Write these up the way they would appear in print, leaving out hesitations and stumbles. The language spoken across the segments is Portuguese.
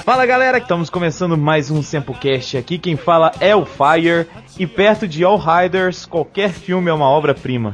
Fala galera, estamos começando mais um Sempocast aqui, quem fala é o Fire, e perto de All Riders, qualquer filme é uma obra-prima.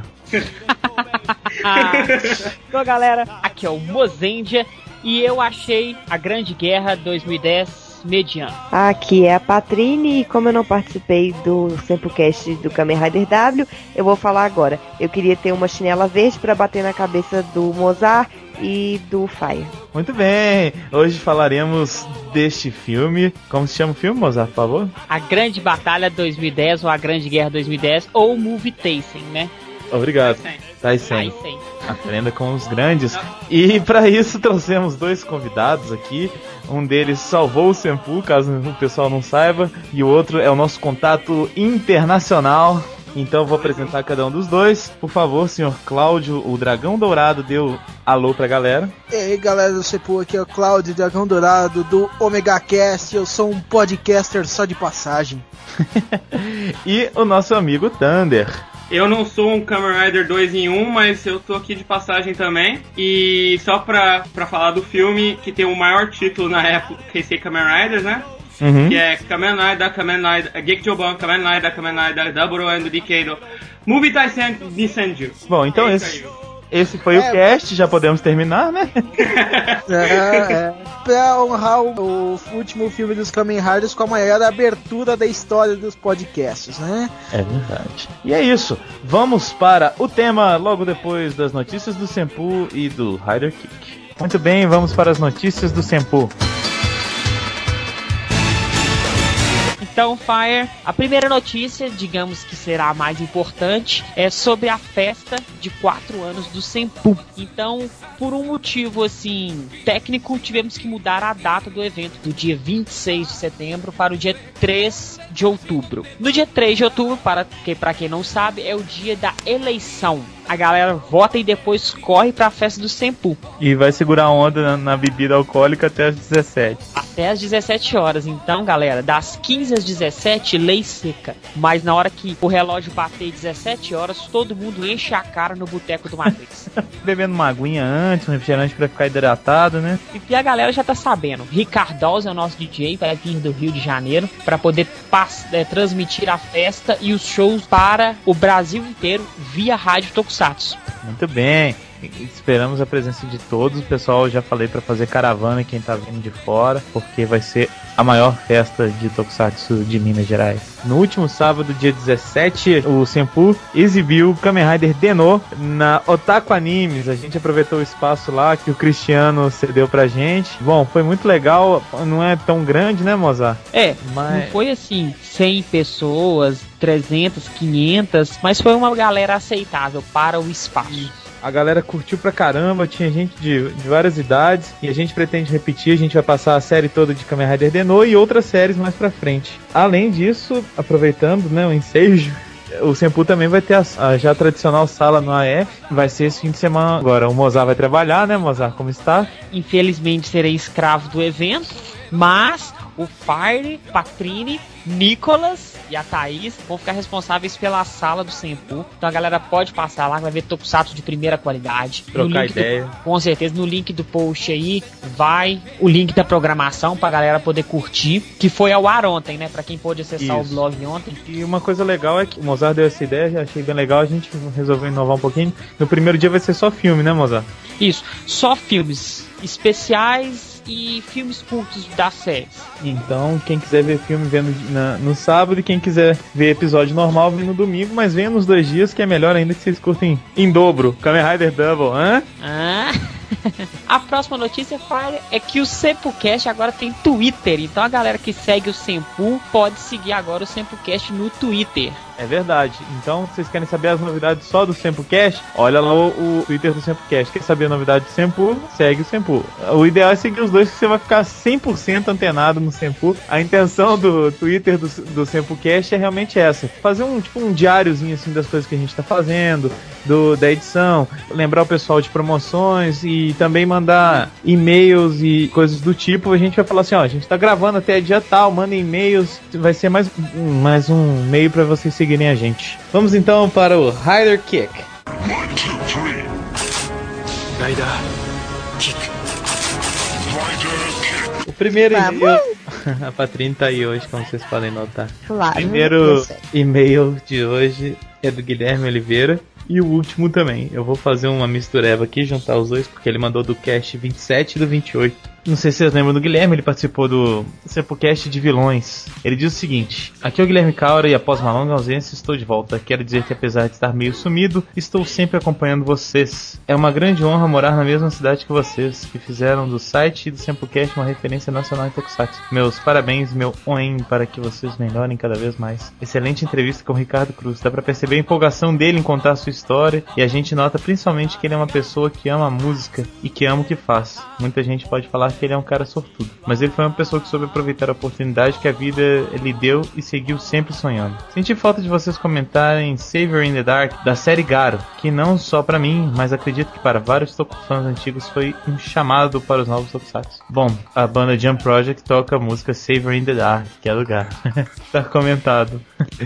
Então galera, aqui é o Mozendia, e eu achei A Grande Guerra 2010 mediano. Aqui é a Patrine, e como eu não participei do Sempocast do Kamen Rider W, eu vou falar agora. Eu queria ter uma chinela verde para bater na cabeça do Mozart e do Fire. Muito bem, hoje falaremos deste filme. Como se chama o filme, Mozart, por favor? A Grande Batalha 2010 ou A Grande Guerra 2010 ou Movie Taisen, né? Obrigado. Taisen. Aprenda com os grandes. E para isso trouxemos dois convidados aqui. Um deles salvou o Senpu, caso o pessoal não saiba, e o outro é o nosso contato internacional. Então eu vou apresentar cada um dos dois. Por favor, senhor Cláudio, o Dragão Dourado, dê o alô pra galera. E aí galera do Senpu, aqui é o Cláudio, Dragão Dourado do Omega Cast. Eu sou um podcaster só de passagem. E o nosso amigo Thunder. Eu não sou um Kamen Rider 2 em 1, mas eu tô aqui de passagem também. E só pra falar do filme, que tem o maior título na época, Heisei Kamen Riders, né? Uhum. Que é Kamen Rider Gekijoban, Kamen Rider Double and Decade, Movie Taisen Nisenju. Bom, então esse foi o cast, já podemos terminar, né? Pra honrar o último filme dos Kamen Riders com a maior abertura da história dos podcasts, né? É verdade. E é isso. Vamos para o tema logo depois das notícias do Senpu e do Rider Kick. Muito bem, vamos para as notícias do Senpu. Então, Fire, a primeira notícia, digamos que será a mais importante, é sobre a festa de 4 anos do Senpu. Então, por um motivo, assim, técnico, tivemos que mudar a data do evento, do dia 26 de setembro para o dia 3 de outubro. No dia 3 de outubro, para quem não sabe, é o dia da eleição. A galera vota e depois corre pra festa do Senpu. E vai segurar a onda na bebida alcoólica até as 17. Até as 17 horas. Então, galera, das 15 às 17, lei seca. Mas na hora que o relógio bater 17 horas, todo mundo enche a cara no boteco do Matrix. Bebendo uma aguinha antes, um refrigerante pra ficar hidratado, né? E a galera já tá sabendo. Ricardoz é o nosso DJ, vai vir do Rio de Janeiro pra poder transmitir a festa e os shows para o Brasil inteiro via rádio Tokusatsu. Muito bem. Esperamos a presença de todos. O pessoal, já falei pra fazer caravana quem tá vindo de fora, porque vai ser a maior festa de Tokusatsu de Minas Gerais. No último sábado, dia 17, o Senpu exibiu Kamen Rider Deno na Otaku Animes. A gente aproveitou o espaço lá que o Cristiano cedeu pra gente. Bom, foi muito legal. Não é tão grande, né, Mozart? Não foi assim 100 pessoas, 300, 500, mas foi uma galera aceitável para o espaço. A galera curtiu pra caramba, tinha gente de várias idades, e a gente pretende repetir, a gente vai passar a série toda de Kamen Rider Deno e outras séries mais pra frente. Além disso, aproveitando, né, o ensejo, o Senpu também vai ter a já tradicional sala no AF, vai ser esse fim de semana agora. O Mozart vai trabalhar, né, Mozart, como está? Infelizmente serei escravo do evento, mas o Fire, Patrine, Nicolas e a Thaís vão ficar responsáveis pela sala do Senpu. Então a galera pode passar lá, vai ver Tokusatsu de primeira qualidade. Trocar ideia. Com certeza, no link do post aí vai o link da programação pra galera poder curtir, que foi ao ar ontem, né? Pra quem pôde acessar o blog ontem. E uma coisa legal é que o Mozart deu essa ideia, já achei bem legal, a gente resolveu inovar um pouquinho. No primeiro dia vai ser só filme, né, Mozart? Isso, só filmes especiais e filmes curtos das séries. Então, quem quiser ver filme, vê no sábado, e quem quiser ver episódio normal, vê no domingo, mas venha nos 2 dias, que é melhor ainda que vocês curtem em dobro. Kamen Rider Double, hã? A próxima notícia, Fire, é que o Sempocast agora tem Twitter. Então a galera que segue o Senpu pode seguir agora o Sempocast no Twitter. É verdade. Então, se vocês querem saber as novidades só do Sempocast, olha lá o Twitter do Sempocast. Quer saber a novidade do Senpu? Segue o Senpu. O ideal é seguir os dois, que você vai ficar 100% antenado no Senpu. A intenção do Twitter do Sempocast é realmente essa. Fazer um diáriozinho assim das coisas que a gente tá fazendo, da edição, lembrar o pessoal de promoções e também mandar e-mails e coisas do tipo. A gente vai falar assim, ó, a gente tá gravando até dia tal, manda e-mails, vai ser mais um e-mail pra vocês seguirem a gente. Vamos então para o Rider Kick. 1, 2, 3. Rider Kick. O primeiro e-mail... A Patrine tá aí hoje, como vocês podem notar. Claro. O primeiro e-mail de hoje é do Guilherme Oliveira. E o último também. Eu vou fazer uma mistureba aqui, juntar os dois, porque ele mandou do cast 27 e do 28. Não sei se vocês lembram do Guilherme, ele participou do Sempocast de vilões. Ele diz o seguinte: aqui é o Guilherme Caura e após uma longa ausência estou de volta. Quero dizer que apesar de estar meio sumido, estou sempre acompanhando vocês. É uma grande honra morar na mesma cidade que vocês, que fizeram do site e do Sempocast uma referência nacional em Tokusatsu. Meus parabéns, meu oen, para que vocês melhorem cada vez mais. Excelente entrevista com o Ricardo Cruz. Dá pra perceber a empolgação dele em contar a sua história, e a gente nota principalmente que ele é uma pessoa que ama a música e que ama o que faz. Muita gente pode falar que ele é um cara sortudo, mas ele foi uma pessoa que soube aproveitar a oportunidade que a vida lhe deu e seguiu sempre sonhando. Senti falta de vocês comentarem Savior in the Dark da série Garo, que não só pra mim, mas acredito que para vários fãs antigos foi um chamado para os novos tokusatsu. Bom, a banda Jump Project toca a música Savior in the Dark, que é lugar. Tá comentado.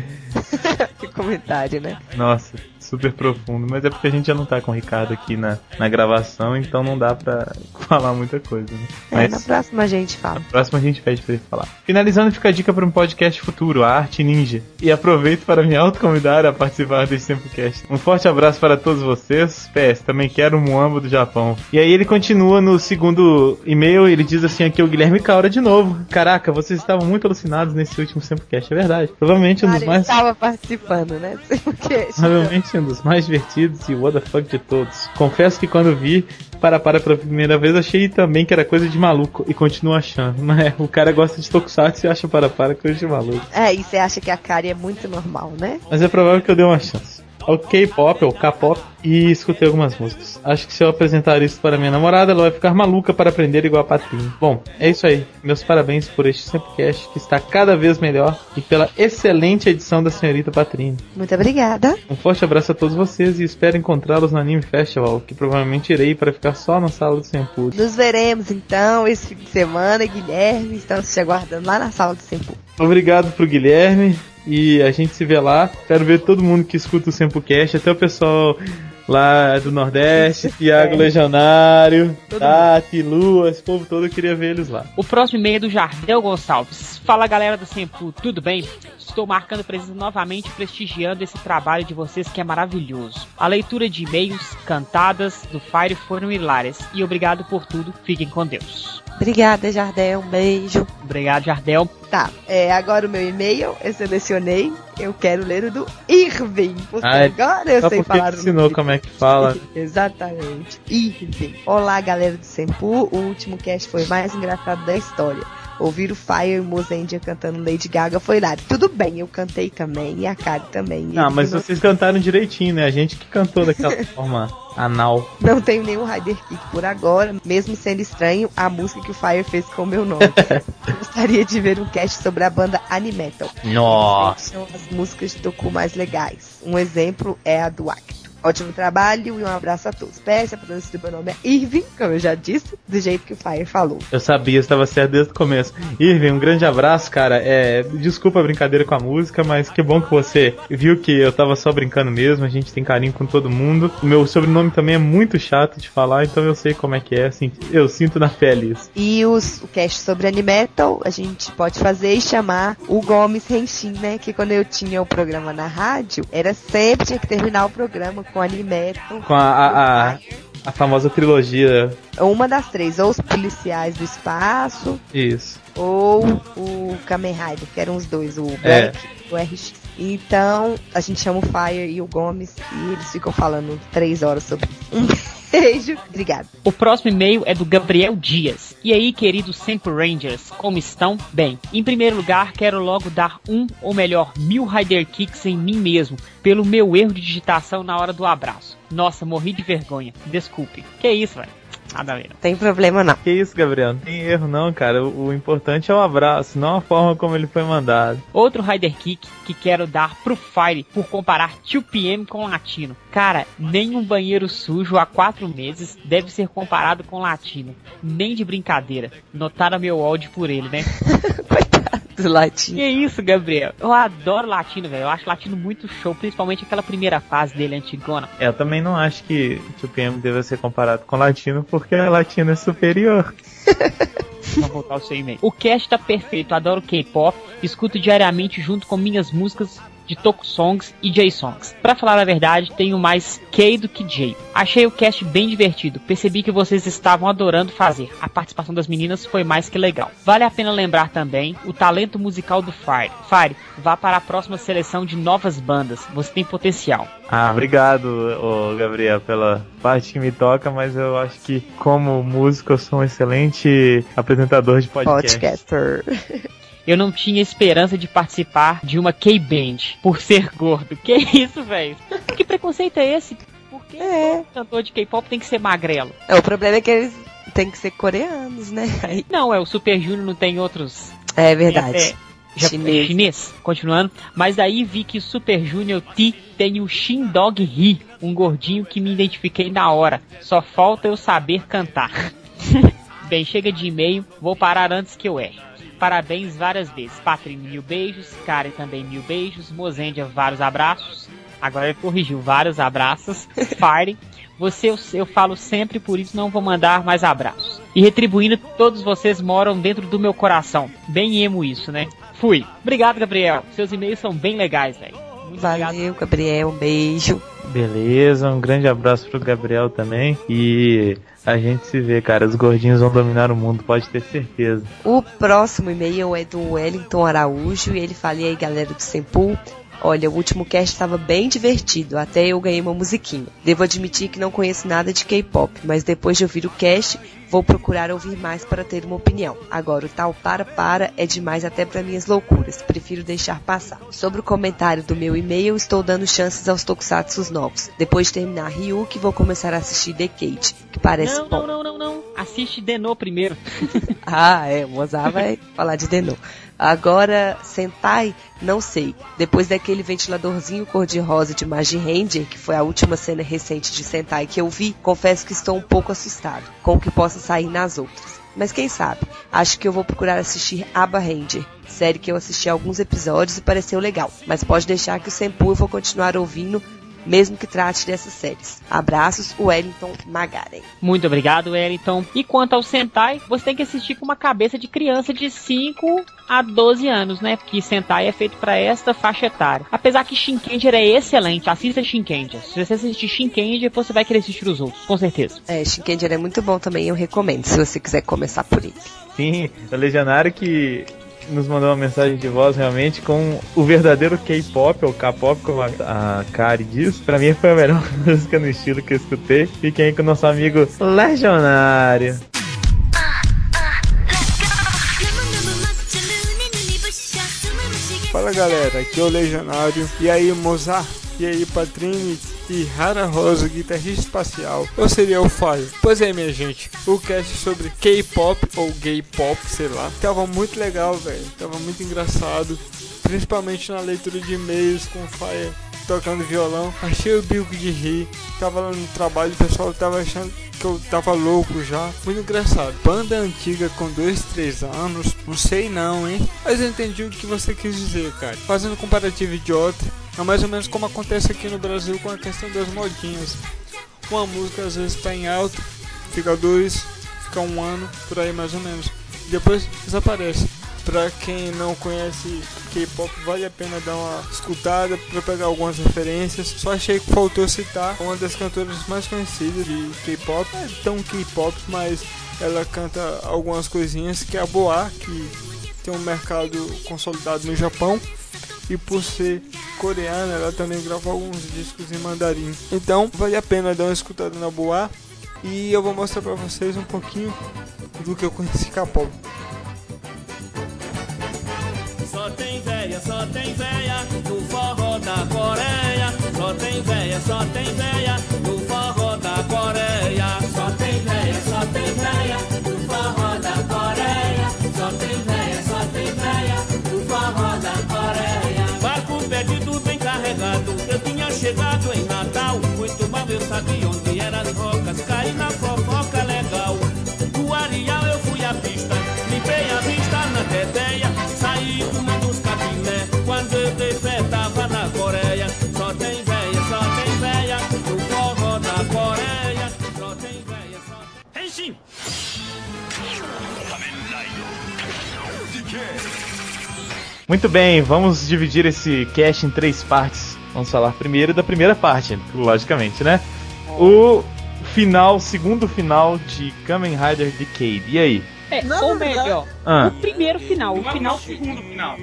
Que comentário, né? Nossa, super profundo, mas é porque a gente já não tá com o Ricardo aqui na gravação, então não dá pra falar muita coisa, né? Mas na próxima a gente fala. Na próxima a gente pede pra ele falar. Finalizando, fica a dica para um podcast futuro, a Arte Ninja. E aproveito para me autoconvidar a participar desse Sempocast. Um forte abraço para todos vocês. PS, também quero um Muamba do Japão. E aí ele continua no segundo e-mail, ele diz assim, aqui é o Guilherme Caura de novo. Caraca, vocês estavam muito alucinados nesse último Sempocast, é verdade. Provavelmente um dos mais... estava participando, né? Provavelmente um dos mais divertidos e what the fuck de todos. Confesso que quando vi pela primeira vez, achei também que era coisa de maluco e continuo achando. Mas o cara gosta de Tokusatsu e acha coisa de maluco. É, e você acha que a Kari é muito normal, né? Mas é provável que eu dê uma chance. Ao K-pop ou K-pop e escutei algumas músicas. Acho que se eu apresentar isso para minha namorada, ela vai ficar maluca para aprender igual a Patrinha. Bom, é isso aí. Meus parabéns por este Sempocast, que está cada vez melhor, e pela excelente edição da senhorita Patrinha. Muito obrigada. Um forte abraço a todos vocês e espero encontrá-los no Anime Festival, que provavelmente irei para ficar só na sala do Senpu. Nos veremos então esse fim de semana, Guilherme. Estamos te aguardando lá na sala do Senpu. Obrigado pro Guilherme. E a gente se vê lá. Quero ver todo mundo que escuta o Sempocast, até o pessoal lá do Nordeste, Thiago Legionário, Tati, Lua, esse povo todo, eu queria ver eles lá. O próximo e-mail é do Jardel Gonçalves. Fala, galera do Senpu, tudo bem? Estou marcando presença novamente, prestigiando esse trabalho de vocês que é maravilhoso. A leitura de e-mails cantadas do Fire foram hilárias. E obrigado por tudo, fiquem com Deus. Obrigada, Jardel, um beijo. Obrigado, Jardel. Tá, agora o meu e-mail, eu selecionei, eu quero ler o do Irving, porque agora eu sei falar o nome. Ensinou como é que fala. Exatamente, Irving. Olá, galera do Senpu, o último cast foi o mais engraçado da história. Ouvir o Fire e o Mozendia cantando Lady Gaga foi hilário. Tudo bem, eu cantei também, e a Kari também. Não, mas vocês cantaram direitinho, né? A gente que cantou daquela forma anal. Não tenho nenhum Rider Kick por agora, mesmo sendo estranho a música que o Fire fez com o meu nome. Gostaria de ver um cast sobre a banda Animetal. Nossa! São as músicas de Toku mais legais. Um exemplo é a do Acto. Ótimo trabalho e um abraço a todos. PS, a pronúncia do meu nome é Irving, como eu já disse, do jeito que o Fire falou. Eu sabia, estava certo desde o começo. Irving, um grande abraço, cara. Desculpa a brincadeira com a música, mas que bom que você viu que eu tava só brincando mesmo. A gente tem carinho com todo mundo. O meu sobrenome também é muito chato de falar, então eu sei como é que é. Assim, eu sinto na pele isso. E o cast sobre Animetal, a gente pode fazer e chamar o Gomes Renshin, né? Que quando eu tinha o programa na rádio, tinha que terminar o programa com Animetal. Com a famosa trilogia. Uma das três, ou os policiais do espaço. Isso. Ou o Kamen Rider, que eram os dois, o Black e o RX. Então, a gente chama o Fire e o Gomes e eles ficam falando 3 horas sobre isso. Beijo, obrigado. O próximo e-mail é do Gabriel Dias. E aí, queridos Senpu Rangers, como estão? Bem, em primeiro lugar, quero logo dar 1000 Rider Kicks em mim mesmo, pelo meu erro de digitação na hora do abraço. Nossa, morri de vergonha. Desculpe. Que isso, velho? Nada a ver. Tem problema não. Que isso, Gabriel? Não tem erro não, cara. O importante é o abraço, não a forma como ele foi mandado. Outro Rider Kick que quero dar pro Fire por comparar 2PM com Latino. Cara, nem um banheiro sujo há 4 meses deve ser comparado com Latino. Nem de brincadeira. Notaram meu ódio por ele, né? Coitado. Do latino. Que isso, Gabriel? Eu adoro latino, velho. Eu acho latino muito show, principalmente aquela primeira fase dele, antigona. Eu também não acho que o PM deva ser comparado com latino, porque a latino é superior. Vamos voltar ao seu e-mail. O cast tá perfeito, adoro K-pop, escuto diariamente junto com minhas músicas de Tokusongs e J-Songs. Pra falar a verdade, tenho mais K do que J. Achei o cast bem divertido, percebi que vocês estavam adorando fazer. A participação das meninas foi mais que legal. Vale a pena lembrar também o talento musical do Fire. Fire, vá para a próxima seleção de novas bandas, você tem potencial. Ah, obrigado, Gabriel, pela parte que me toca, mas eu acho que como músico eu sou um excelente apresentador de podcast. Podcaster. Eu não tinha esperança de participar de uma K-Band por ser gordo. Que isso, velho? Que preconceito é esse? Por que todo cantor de K-pop tem que ser magrelo? O problema é que eles têm que ser coreanos, né? Aí... Não, o Super Junior não tem outros... É verdade. Chinês. Continuando. Mas daí vi que o Super Junior T tem o Shin Dog Hee, um gordinho que me identifiquei na hora. Só falta eu saber cantar. Bem, chega de e-mail. Vou parar antes que eu erre. Parabéns várias vezes. Patrícia, 1000 beijos. Karen também 1000 beijos. Mozendia, vários abraços. Agora ele corrigiu, vários abraços. Fire, você eu falo sempre, por isso não vou mandar mais abraços. E retribuindo, todos vocês moram dentro do meu coração. Bem emo isso, né? Fui. Obrigado, Gabriel. Seus e-mails são bem legais, velho. Valeu, obrigado. Gabriel. Um beijo. Beleza, um grande abraço pro Gabriel também. E a gente se vê, cara. Os gordinhos vão dominar o mundo, pode ter certeza. O próximo e-mail é do Wellington Araújo. E ele fala: e aí, galera do Senpu? Olha, o último cast estava bem divertido, até eu ganhei uma musiquinha. Devo admitir que não conheço nada de K-pop, mas depois de ouvir o cast, vou procurar ouvir mais para ter uma opinião. Agora, o tal para é demais até para minhas loucuras, prefiro deixar passar. Sobre o comentário do meu e-mail, estou dando chances aos tokusatsus novos. Depois de terminar Ryuki, vou começar a assistir Decade, que parece bom. Não. Assiste Denô primeiro. O Mozart vai falar de Denô. Agora, Sentai, não sei. Depois daquele ventiladorzinho cor-de-rosa de Magi Ranger, que foi a última cena recente de Sentai que eu vi, confesso que estou um pouco assustado com o que possa sair nas outras. Mas quem sabe, acho que eu vou procurar assistir Aba Ranger, série que eu assisti alguns episódios e pareceu legal. Mas pode deixar que o Senpu eu vou continuar ouvindo, mesmo que trate dessas séries. Abraços, Wellington Magaren. Muito obrigado, Wellington. E quanto ao Sentai, você tem que assistir com uma cabeça de criança de 5 a 12 anos, né? Porque Sentai é feito para esta faixa etária. Apesar que Shinkenger é excelente, assista Shinkenger. Se você assistir Shinkenger, você vai querer assistir os outros, com certeza. Shinkenger é muito bom também, eu recomendo, se você quiser começar por ele. Sim, o Legionário que nos mandou uma mensagem de voz realmente com o verdadeiro K-pop, ou K-pop, como a Kari diz. Pra mim foi a melhor música no estilo que eu escutei. Fiquem aí com o nosso amigo Legionário. Fala galera, aqui é o Legionário. E aí, Mozart? E aí, Patrini? E Hara Rosa, guitarrista espacial, ou seria o Fire? Pois é, minha gente, o cast sobre K-pop ou gay pop, sei lá, tava muito legal, velho, tava muito engraçado, principalmente na leitura de e-mails com o Fire tocando violão. Achei o bico de rir, tava lá no trabalho, o pessoal tava achando que eu tava louco já. Muito engraçado. Banda antiga com 2, 3 anos, não sei não, hein? Mas eu entendi o que você quis dizer, cara. Fazendo um comparativo idiota, é mais ou menos como acontece aqui no Brasil com a questão das modinhas. Uma música às vezes tá em alta, fica 2, fica 1 ano, por aí mais ou menos. Depois desaparece. Pra quem não conhece K-pop, vale a pena dar uma escutada pra pegar algumas referências. Só achei que faltou citar uma das cantoras mais conhecidas de K-pop. Não é tão K-pop, mas ela canta algumas coisinhas, que é a Boa, que tem um mercado consolidado no Japão. E por ser coreana, ela também grava alguns discos em mandarim. Então, vale a pena dar uma escutada na Boa. E eu vou mostrar pra vocês um pouquinho do que eu conheci K-pop. Só tem véia no forró da Coreia. Só tem véia no forró da Coreia. Só tem véia no forró da Coreia. Só tem véia no forró da Coreia. Barco perdido bem carregado, eu tinha chegado em Natal. Muito mal eu sabia onde eram as rocas, caí na fofoca legal. Do Areal eu fui à pista, limpei a vista na teteia, saí Muito bem, vamos dividir esse cast em 3 partes. Vamos falar primeiro da primeira parte, logicamente, né? O final, segundo final de Kamen Rider Decade. E aí? Ou melhor, o primeiro final. O final. Segundo final.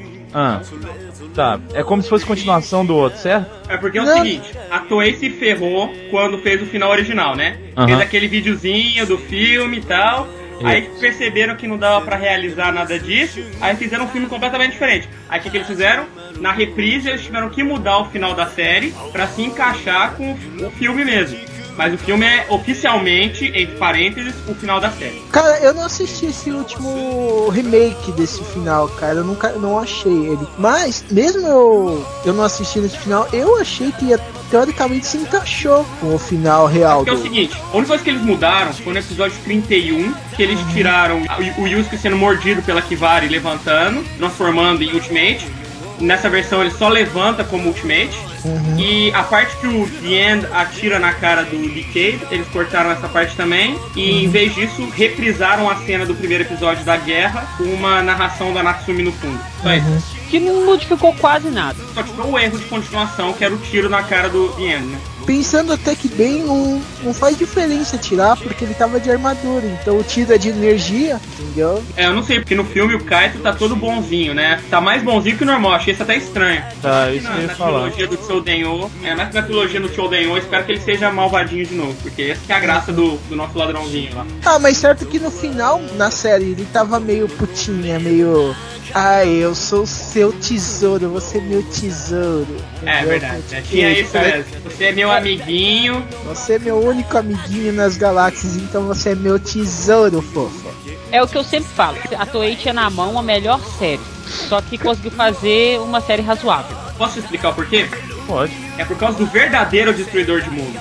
Tá, é como se fosse continuação do outro, certo? É porque é o seguinte, a Toei se ferrou quando fez o final original, né? Fez aquele videozinho do filme e tal. Aí perceberam que não dava pra realizar nada disso, aí fizeram um filme completamente diferente. Aí o que eles fizeram? Na reprise eles tiveram que mudar o final da série pra se encaixar com o filme mesmo. Mas o filme é oficialmente, entre parênteses, o final da série. Cara, eu não assisti esse último remake desse final, cara. Eu não achei ele. Mas, mesmo eu não assistindo esse final, eu achei que teoricamente se encaixou com o final real. Porque é o seguinte, a única coisa que eles mudaram foi no episódio 31, que eles tiraram o Yusuke sendo mordido pela Kivari levantando, transformando em Ultimate. Nessa versão ele só levanta como Ultimate. E a parte que o The End atira na cara do Decade, eles cortaram essa parte também. E em vez disso, reprisaram a cena do primeiro episódio da guerra com uma narração da Natsumi no fundo. Só isso. Que não modificou quase nada. Só tirou o erro de continuação, que era o tiro na cara do The End, né? Pensando até que bem, não faz diferença tirar, porque ele tava de armadura, então o tiro é de energia, entendeu? Eu não sei, porque no filme o Kaito tá todo bonzinho, né? Tá mais bonzinho que o normal, achei isso até estranho. Tá, isso que eu ia falar. Na trilogia do Chodenyo, mais que na trilogia do Chodenyo, espero que ele seja malvadinho de novo, porque essa que é a graça do nosso ladrãozinho lá. Mas certo que no final, na série, ele tava meio putinha, meio... eu sou seu tesouro, você é meu tesouro. Entendeu? É verdade, tinha isso mesmo. Você é meu amiguinho. Você é meu único amiguinho nas galáxias, então você é meu tesouro, fofo. É o que eu sempre falo, a Toei tinha na mão a melhor série, só que conseguiu fazer uma série razoável. Posso explicar o porquê? Pode. É por causa do verdadeiro destruidor de mundos.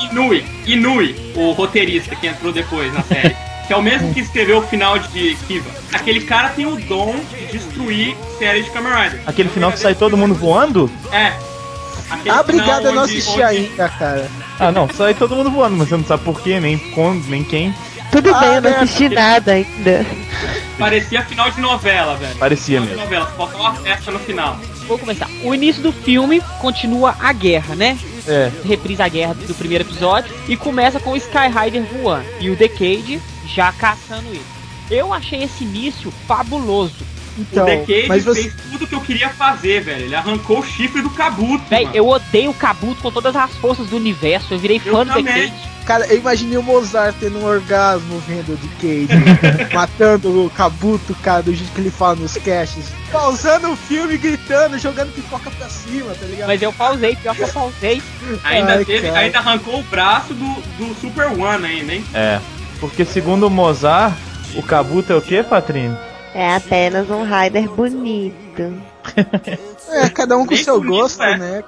Inui, o roteirista que entrou depois na série. Que é o mesmo que escreveu o final de Kiva. Aquele cara tem o dom de destruir séries de Kamen Rider. Aquele final que sai todo mundo voando? É. Obrigado, eu não assisti ainda, cara. Não, sai todo mundo voando, mas você não sabe por quê, nem quando, nem quem. Tudo bem, eu não assisti nada ainda. Parecia final de novela, velho. Parecia mesmo. Novela, só faltou uma festa no final. Vou começar. O início do filme continua a guerra, né? Reprisa a guerra do primeiro episódio e começa com o Sky Rider voando e o Decade já caçando ele. Eu achei esse início fabuloso. Então, o Decade fez tudo que eu queria fazer, velho. Ele arrancou o chifre do Kabuto. Velho, eu odeio o Kabuto com todas as forças do universo. Eu virei fã do Decade. Cara, eu imaginei o Mozart tendo um orgasmo vendo o Decade, matando o Kabuto, cara, do jeito que ele fala nos casts. Pausando o filme, gritando, jogando pipoca pra cima, tá ligado? Mas eu pausei, pior que eu pausei. Ainda arrancou o braço do Super One ainda, hein? Porque segundo o Mozart, o Kabuto é o que, Patrícia? É apenas um Rider bonito. Cada um com seu gosto, né?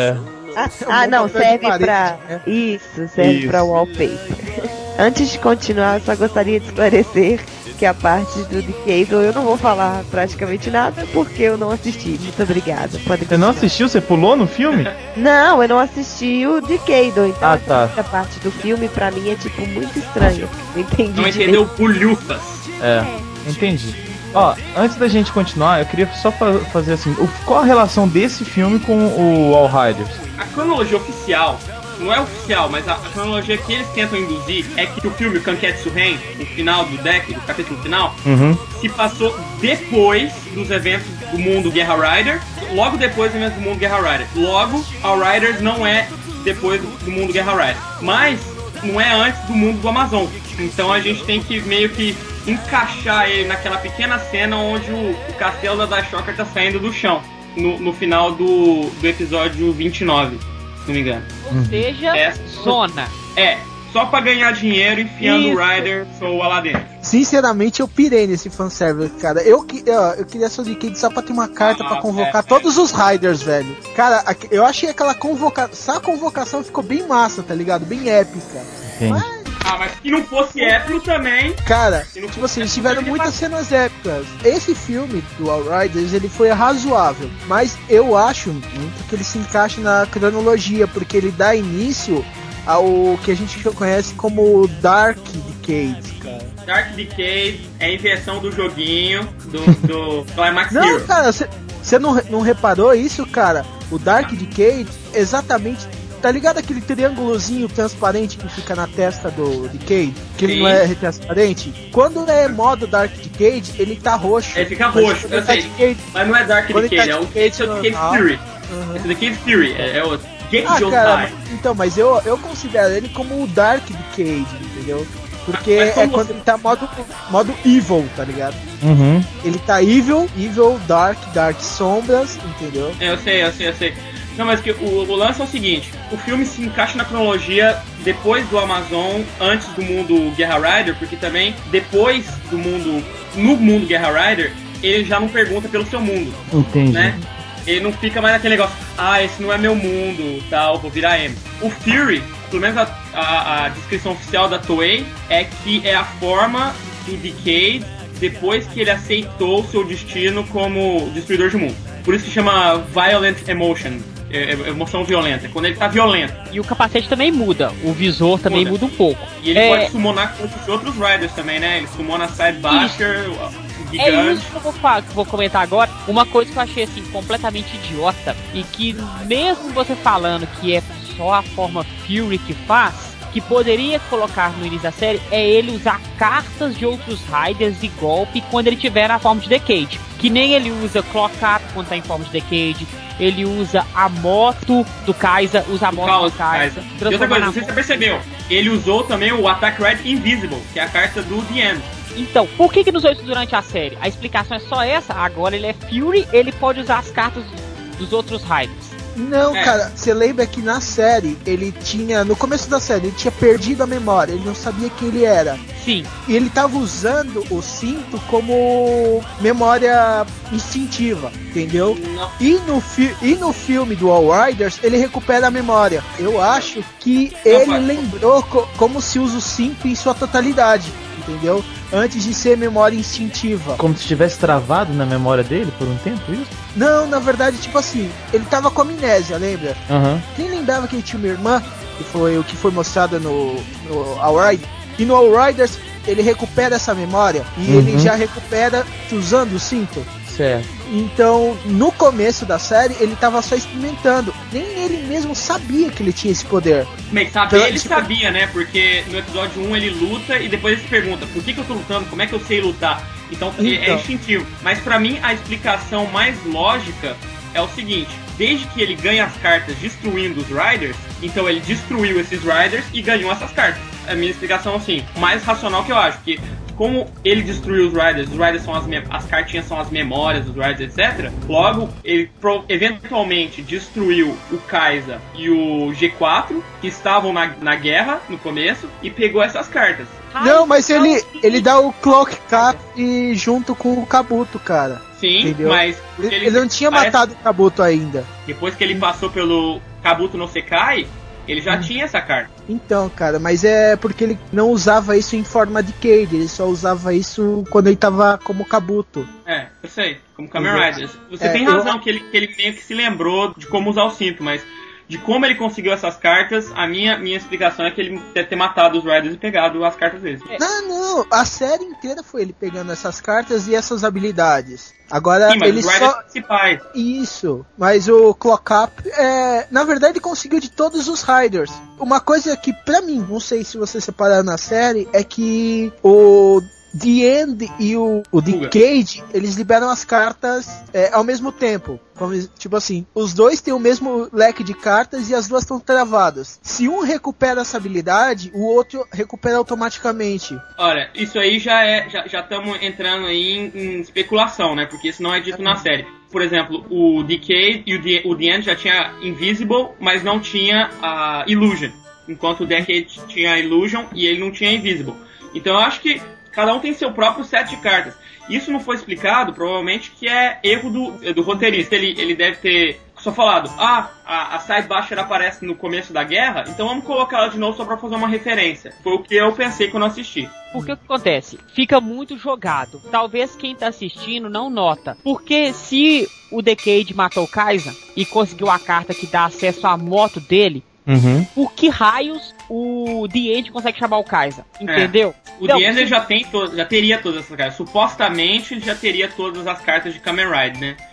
Não, serve pra... Isso, serve pra wallpaper. Antes de continuar, eu só gostaria de esclarecer que a parte do Decade eu não vou falar praticamente nada porque eu não assisti. Muito obrigada. Você não assistiu? Você pulou no filme? Não, eu não assisti o Decade. Então essa parte do filme pra mim é tipo muito estranha. Não entendi. Não entendeu bolhufas. Entendi. Antes da gente continuar, eu queria só fazer assim, qual a relação desse filme com o All Riders? A cronologia oficial, não é oficial, mas a cronologia que eles tentam induzir é que o filme Kanketsu Ren, o final do deck, do capítulo final, se passou depois dos eventos do mundo Guerra Rider, logo depois dos eventos do mundo Guerra Rider. Logo, All Riders não é depois do mundo Guerra Rider, mas não é antes do mundo do Amazon. Então a gente tem que meio que encaixar ele naquela pequena cena onde o castelo da Daishocker tá saindo do chão. No final do episódio 29, se não me engano. Ou seja, zona. Só pra ganhar dinheiro enfiando o Rider Soul lá dentro. Sinceramente, eu pirei nesse fanservice, cara. Eu queria só de Decade só pra ter uma carta pra convocar todos os Riders, velho. Cara, eu achei aquela convocação. Essa convocação ficou bem massa, tá ligado? Bem épica. Mas se não fosse épico também... Cara, tipo assim, eles tiveram muitas cenas épicas. Esse filme do All Riders, ele foi razoável. Mas eu acho muito que ele se encaixa na cronologia, porque ele dá início ao que a gente conhece como Dark Decade, cara. Dark Decade é a inversão do joguinho do Climax Hero. Não, cara, Você não reparou isso, cara? O Dark Decade, exatamente... Tá ligado aquele triângulozinho transparente que fica na testa do Decade? Que ele não é transparente? Quando é modo Dark Decade, ele tá roxo. Ele fica roxo, eu sei. Mas não é Dark Decade, é o Decade Fury. Esse Decade Fury, é o Decade cara, então, mas eu considero ele como o Dark Decade, entendeu? Porque é quando ele tá modo evil, tá ligado? Ele tá evil, dark sombras, entendeu? Eu sei. Não, mas que o lance é o seguinte, o filme se encaixa na cronologia depois do Amazon, antes do mundo Guerra Rider, porque também depois do mundo, no mundo Guerra Rider, ele já não pergunta pelo seu mundo. Entendi. Né? Ele não fica mais naquele negócio, esse não é meu mundo, tal, vou virar M. O Fury, pelo menos a descrição oficial da Toei, é que é a forma do Decade depois que ele aceitou seu destino como destruidor de mundo. Por isso que chama Violent Emotion. Emoção violenta, quando ele tá violento. E o capacete também muda, o visor também muda um pouco. E ele pode summonar com os outros Riders também, né? Ele summona Sidebasher, o Gigante. É isso que eu vou comentar agora. Uma coisa que eu achei assim completamente idiota e que mesmo você falando que é só a forma Fury que faz, que poderia colocar no início da série, é ele usar cartas de outros Riders e golpe quando ele tiver na forma de Decade. Que nem ele usa Clock Up quando tá em forma de Decade. Ele usa a moto do Kaiser, usa a moto do Kaiser. E outra coisa, não sei se você percebeu, ele usou também o Attack Red Invisible, que é a carta do The End. Então, por que nos usou isso durante a série? A explicação é só essa. Agora ele é Fury, ele pode usar as cartas dos outros Riders. Não, cara, você lembra que na série ele tinha, no começo da série, ele tinha perdido a memória, ele não sabia quem ele era. Sim. E ele tava usando o cinto como memória instintiva, entendeu? E no filme do All Riders, ele recupera a memória. Eu acho que ele lembrou como se usa o cinto em sua totalidade, entendeu? Antes de ser memória instintiva. Como se estivesse travado na memória dele por um tempo, isso? Não, na verdade, tipo assim, ele tava com amnésia, lembra? Quem lembrava que ele tinha uma irmã, que foi o que foi mostrado no All Riders, e no All Riders ele recupera essa memória, e ele já recupera usando o cinto. Certo. Então, no começo da série, ele tava só experimentando. Nem ele mesmo sabia que ele tinha esse poder. Mas saber ele sabia, né? Porque no episódio 1 ele luta e depois ele se pergunta, por que eu tô lutando? Como é que eu sei lutar? Então é instintivo. Mas pra mim, a explicação mais lógica é o seguinte. Desde que ele ganha as cartas destruindo os Riders, então ele destruiu esses Riders e ganhou essas cartas. A minha explicação, assim, mais racional que eu acho, que como ele destruiu os Riders são as cartinhas são as memórias dos Riders, etc. Logo, ele eventualmente destruiu o Kaiser e o G4, que estavam na guerra no começo, e pegou essas cartas. Não, mas ele dá o Clock Cap junto com o Kabuto, cara. Sim, entendeu? Mas ele não tinha matado o Kabuto ainda. Depois que ele passou pelo Kabuto no Sekai, ele já tinha essa carta. Então, cara, mas é porque ele não usava isso em forma de Cade, ele só usava isso quando ele tava como Kabuto. Eu sei, como Kamen Riders. Você tem razão que ele meio que se lembrou de como usar o cinto, mas de como ele conseguiu essas cartas, a minha explicação é que ele deve ter matado os Riders e pegado as cartas deles. Não, a série inteira foi ele pegando essas cartas e essas habilidades. Agora, mas ele os Riders só... principais. Isso, mas o Clock Up, na verdade, ele conseguiu de todos os Riders. Uma coisa que, pra mim, não sei se você separar na série, é que o The End e o Decade, eles liberam as cartas ao mesmo tempo. Como, tipo assim, os dois têm o mesmo leque de cartas e as duas estão travadas. Se um recupera essa habilidade, o outro recupera automaticamente. Olha, isso aí já estamos entrando aí em especulação, né? Porque isso não é dito na série. Por exemplo, o Decade e o The End já tinha Invisible, mas não tinha a Illusion. Enquanto o Decade tinha a Illusion e ele não tinha Invisible. Então eu acho que cada um tem seu próprio set de cartas. Isso não foi explicado, provavelmente, que é erro do roteirista. Ele deve ter só falado, a Sidebasher aparece no começo da guerra, então vamos colocar ela de novo só pra fazer uma referência. Foi o que eu pensei quando assisti. Porque o que acontece? Fica muito jogado. Talvez quem tá assistindo não nota. Porque se o Decade matou o Kaiser e conseguiu a carta que dá acesso à moto dele, por que raios o The End consegue chamar o Kaiser? Entendeu? O The End já teria todas essas cartas. Supostamente ele já teria todas as cartas de Kamen Rider, né?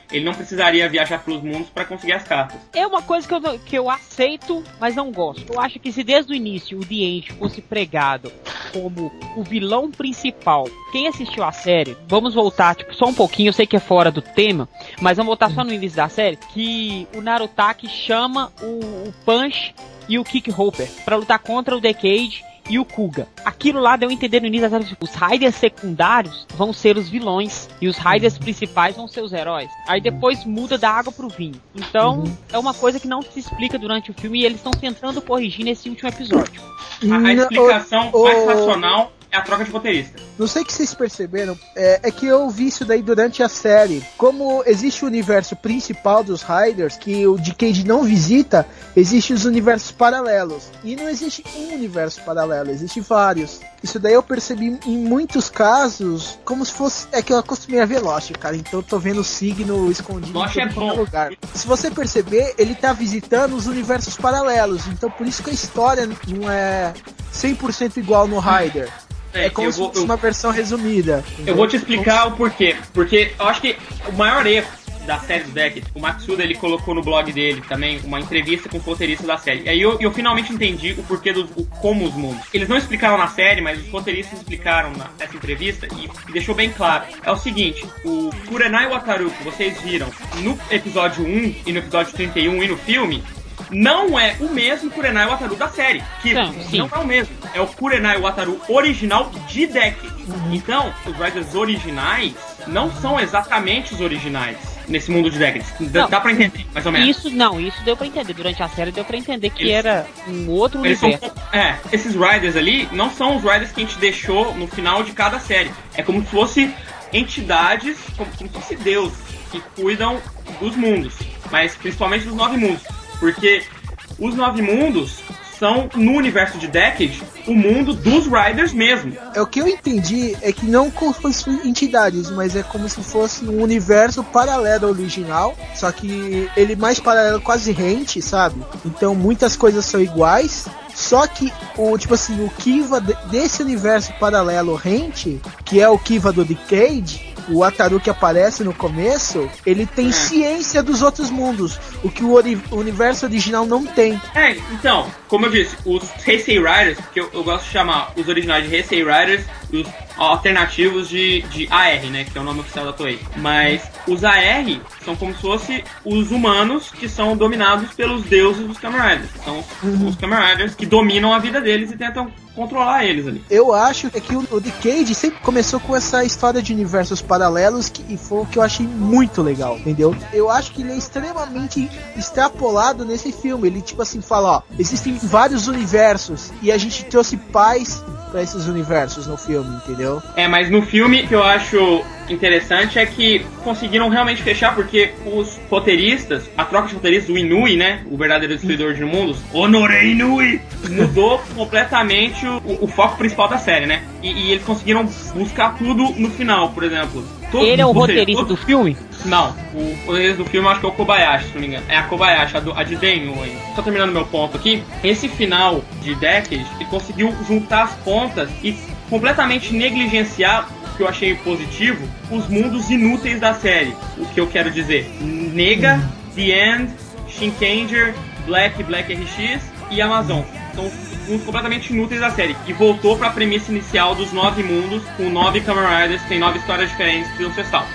ele não precisaria viajar pelos mundos pra conseguir as cartas. É uma coisa que eu aceito, mas não gosto. Eu acho que se desde o início o The End fosse pregado como o vilão principal, quem assistiu a série, vamos voltar tipo, só um pouquinho, eu sei que é fora do tema, mas vamos voltar só no início da série, que o Narutaki chama o Punch e o Kick Hopper pra lutar contra o Decade e o Kuga. Aquilo lá deu a entender no início da série, os Riders secundários vão ser os vilões e os Riders principais vão ser os heróis. Aí depois muda da água pro vinho. Então, é uma coisa que não se explica durante o filme e eles estão tentando corrigir nesse último episódio. A explicação mais racional é a troca de roteirista. Não sei que vocês perceberam, é que eu vi isso daí durante a série. Como existe o universo principal dos Riders, que o Decade não visita, existem os universos paralelos. E não existe um universo paralelo, existem vários. Isso daí eu percebi em muitos casos, como se fosse... É que eu acostumei a ver Lost, cara, então eu tô vendo o signo escondido Lost em todo lugar. Se você perceber, ele tá visitando os universos paralelos, então por isso que a história não é 100% igual no Rider. É como se fosse uma versão resumida. Eu vou te explicar o porquê. Porque eu acho que o maior erro da série do Decade, o Matsuda, ele colocou no blog dele também uma entrevista com os roteiristas da série. E aí eu finalmente entendi o porquê como os mundos. Eles não explicaram na série, mas os roteiristas explicaram nessa entrevista e deixou bem claro. É o seguinte, o Kurenai Wataru que vocês viram no episódio 1 e no episódio 31 e no filme, não é o mesmo Kurenai Wataru da série. Que não é o mesmo. É o Kurenai Wataru original de Decade. Então, os Riders originais não são exatamente os originais nesse mundo de Decade. Dá pra entender, mais ou menos. Isso deu pra entender. Durante a série deu pra entender que era um outro universo. Esses Riders ali não são os Riders que a gente deixou no final de cada série. É como se fosse entidades, como se fosse Deus, que cuidam dos mundos. Mas principalmente dos 9 mundos. Porque os 9 mundos são, no universo de Decade, o mundo dos Riders mesmo. O que eu entendi é que não como se fossem entidades, mas é como se fosse um universo paralelo ao original, só que ele mais paralelo, quase rente, sabe? Então muitas coisas são iguais, só que o Kiva desse universo paralelo rente, que é o Kiva do Decade, o Wataru que aparece no começo, ele tem ciência dos outros mundos, o que o universo original não tem. Então, como eu disse, os Heisei Riders, que eu gosto de chamar os originais de Heisei Riders e os alternativos de AR, né, que é o nome oficial da Toei. Mas os AR são como se fossem os humanos que são dominados pelos deuses dos Kamen Riders. São os Kamen Riders que dominam a vida deles e tentam controlar eles ali. Eu acho que o Decade sempre começou com essa história de universos paralelos e foi o que eu achei muito legal, entendeu? Eu acho que ele é extremamente extrapolado nesse filme. Ele fala, ó, existem vários universos e a gente trouxe paz pra esses universos no filme, entendeu? Mas no filme que eu acho interessante é que conseguiram realmente fechar, porque os roteiristas, a troca de roteiristas, o Inui, né, o verdadeiro destruidor de mundos, Honore Inui, mudou completamente o foco principal da série, né? E eles conseguiram buscar tudo no final, por exemplo. Ele é o roteirista do filme? Não, o roteirista do filme eu acho que é o Kobayashi, se não me engano. É a Kobayashi, a de Denyu ainda. Só terminando meu ponto aqui, esse final de Decade, ele conseguiu juntar as pontas e completamente negligenciar, o que eu achei positivo, os mundos inúteis da série. O que eu quero dizer? Nega, The End, Shinkenger, Black RX e Amazon. São mundos completamente inúteis da série. E voltou pra premissa inicial dos 9 mundos, com 9 Kamen Riders, que tem 9 histórias diferentes que precisam ser salvas.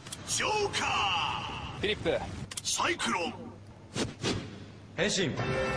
Flipper. Cyclone. Henshin.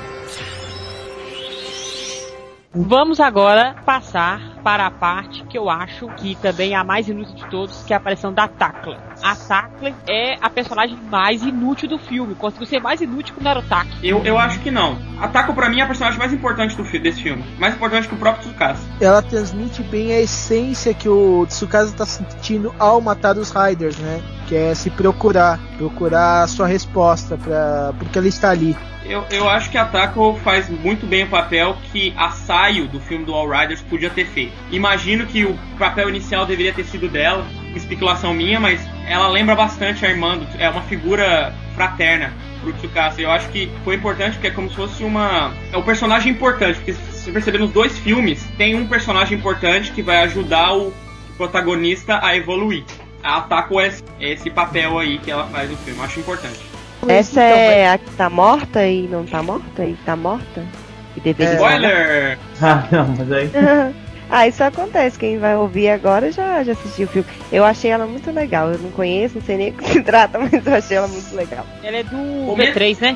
Vamos agora passar para a parte que eu acho que também é a mais inútil de todos, que é a aparição da Takla. A Takla é a personagem mais inútil do filme. Conseguiu ser mais inútil que o Narutaki. Eu acho que não. A Takla, pra mim, é a personagem mais importante desse filme. Mais importante que o próprio Tsukasa. Ela transmite bem a essência que o Tsukasa tá sentindo ao matar os Riders, né? Que é se procurar a sua resposta porque ela está ali. Eu acho que a Tako faz muito bem o papel que a Saio do filme do All Riders podia ter feito. Imagino que o papel inicial deveria ter sido dela, especulação minha, mas ela lembra bastante a irmã, é uma figura fraterna pro Tsukasa. Eu acho que foi importante porque é como se fosse é um personagem importante, porque se você perceber nos 2 filmes, tem um personagem importante que vai ajudar o protagonista a evoluir. a Atako é esse papel aí que ela faz no filme. Eu acho importante. Essa é a que tá morta e não tá morta? E tá morta? E deveria Spoiler! Ah, não, mas aí... Ah, isso acontece. Quem vai ouvir agora já assistiu o filme. Eu achei ela muito legal. Eu não conheço, não sei nem o que se trata, mas eu achei ela muito legal. Ela é do V3, né?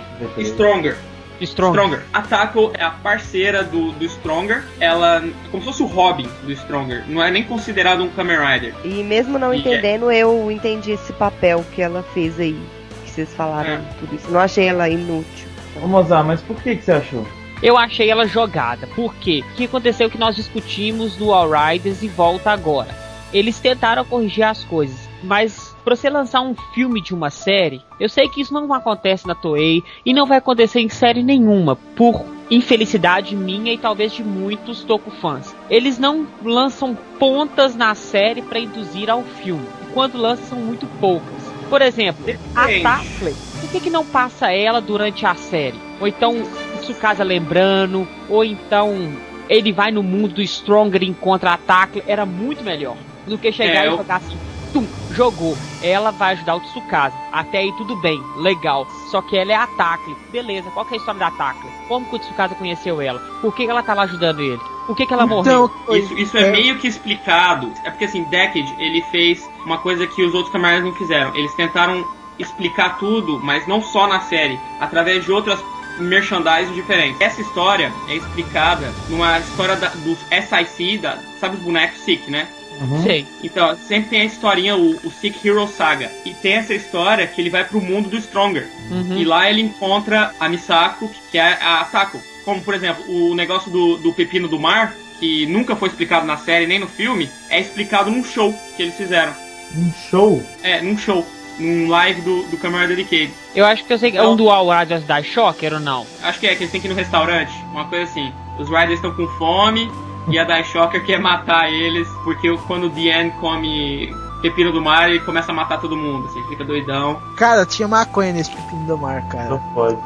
Stronger. A Atako é a parceira do Stronger. Ela é como se fosse o Robin do Stronger. Não é nem considerado um Kamen Rider. E mesmo não entendendo, eu entendi esse papel que ela fez aí. Que vocês falaram tudo isso. Não achei ela inútil. Ô, Mozart, mas por que você achou? Eu achei ela jogada. Por quê? O que aconteceu que nós discutimos do All Riders e volta agora. Eles tentaram corrigir as coisas, mas pra você lançar um filme de uma série, eu sei que isso não acontece na Toei e não vai acontecer em série nenhuma, por infelicidade minha e talvez de muitos Toku-fãs. Eles não lançam pontas na série pra induzir ao filme, e quando lançam são muito poucas. Por exemplo, a Tafley, por que não passa ela durante a série? Ou então Tsukasa lembrando, ou então ele vai no mundo do Stronger e encontra a Tafley, era muito melhor do que chegar e jogar assim, jogou. Ela vai ajudar o Tsukasa. Até aí tudo bem, legal. Só que ela é a Tafley. Beleza, qual que é a história da Tafley? Como que o Tsukasa conheceu ela? Por que ela tá lá ajudando ele? Por que ela morreu? Isso é meio que explicado. É porque assim, Decade, ele fez uma coisa que os outros camaradas não fizeram. Eles tentaram explicar tudo, mas não só na série, através de outras merchandising diferentes. Essa história é explicada numa história dos SIC, sabe os bonecos SIC, né? Sei. Então, sempre tem a historinha, o Sick Hero Saga. E tem essa história que ele vai pro mundo do Stronger. E lá ele encontra a Misako, que é a Atako. Como, por exemplo, o negócio do pepino do mar, que nunca foi explicado na série nem no filme, é explicado num show que eles fizeram. Um show? É, num show. Num live do Kamen Rider Decade. Eu acho que eu sei que é um dual Riders da Shocker ou não? Acho que eles têm que ir no restaurante. Uma coisa assim. Os Riders estão com fome e a Daishocker quer matar eles, porque quando o Dien come pepino do mar, ele começa a matar todo mundo, assim, fica doidão. Cara, tinha maconha nesse pepino do mar, cara. Não pode.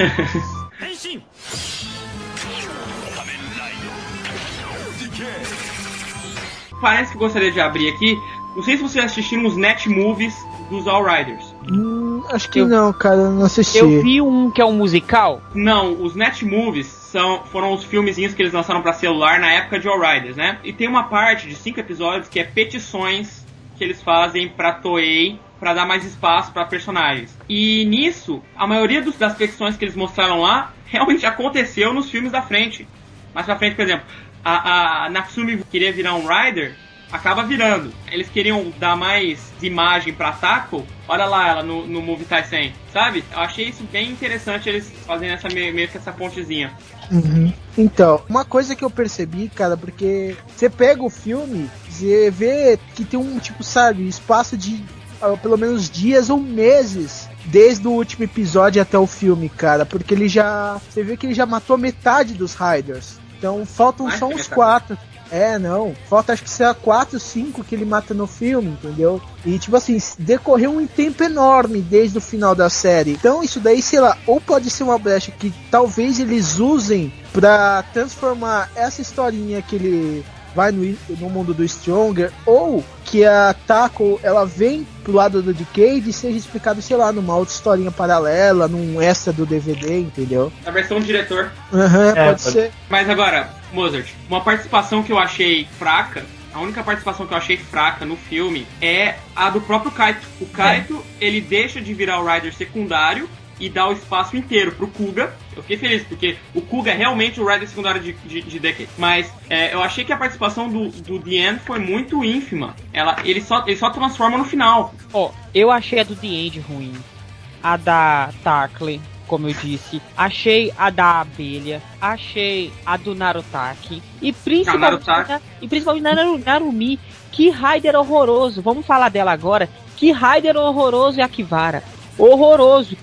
Parece que eu gostaria de abrir aqui. Não sei se vocês assistiram os Net Movies dos All Riders. Acho que não, cara, eu não assisti. Eu vi um que é um musical. Não, os Net Movies foram os filmezinhos que eles lançaram pra celular na época de All Riders, né? E tem uma parte de 5 episódios que é petições que eles fazem pra Toei pra dar mais espaço pra personagens. E nisso, a maioria das petições que eles mostraram lá realmente aconteceu nos filmes da frente. Mais pra frente, por exemplo, a Natsumi queria virar um Rider, acaba virando. Eles queriam dar mais imagem pra Atako, olha lá ela no Movie Taisen, sabe? Eu achei isso bem interessante, eles fazendo meio que essa pontezinha. Então, uma coisa que eu percebi, cara, porque você pega o filme, você vê que tem um, tipo, sabe, espaço de pelo menos dias ou meses desde o último episódio até o filme, cara, porque você vê que ele já matou metade dos Riders. Então faltam só uns 4. Falta acho que será 4, 5 que ele mata no filme, entendeu? E tipo assim, decorreu um tempo enorme desde o final da série. Então isso daí, sei lá, ou pode ser uma brecha que talvez eles usem pra transformar essa historinha que ele vai no mundo do Stronger, ou que a Atako, ela vem pro lado do Decade e seja explicado, sei lá, numa outra historinha paralela, num extra do DVD, entendeu? A versão do diretor. Pode ser. Mas agora, Mozart, uma participação que eu achei fraca, a única participação que eu achei fraca no filme é a do próprio Kaito. O Kaito, ele deixa de virar o Rider secundário e dá o espaço inteiro pro Kuga. Eu fiquei feliz, porque o Kuga é realmente o Rider secundário de Decade. Mas eu achei que a participação do The End foi muito ínfima. Ele só transforma no final. Eu achei a do The End ruim. A da Tafley, como eu disse. Achei a da Abelha. Achei a do Narutaki. E principalmente Narumi. Que Rider horroroso. Vamos falar dela agora. Que Rider horroroso é a Kivara. Horroroso.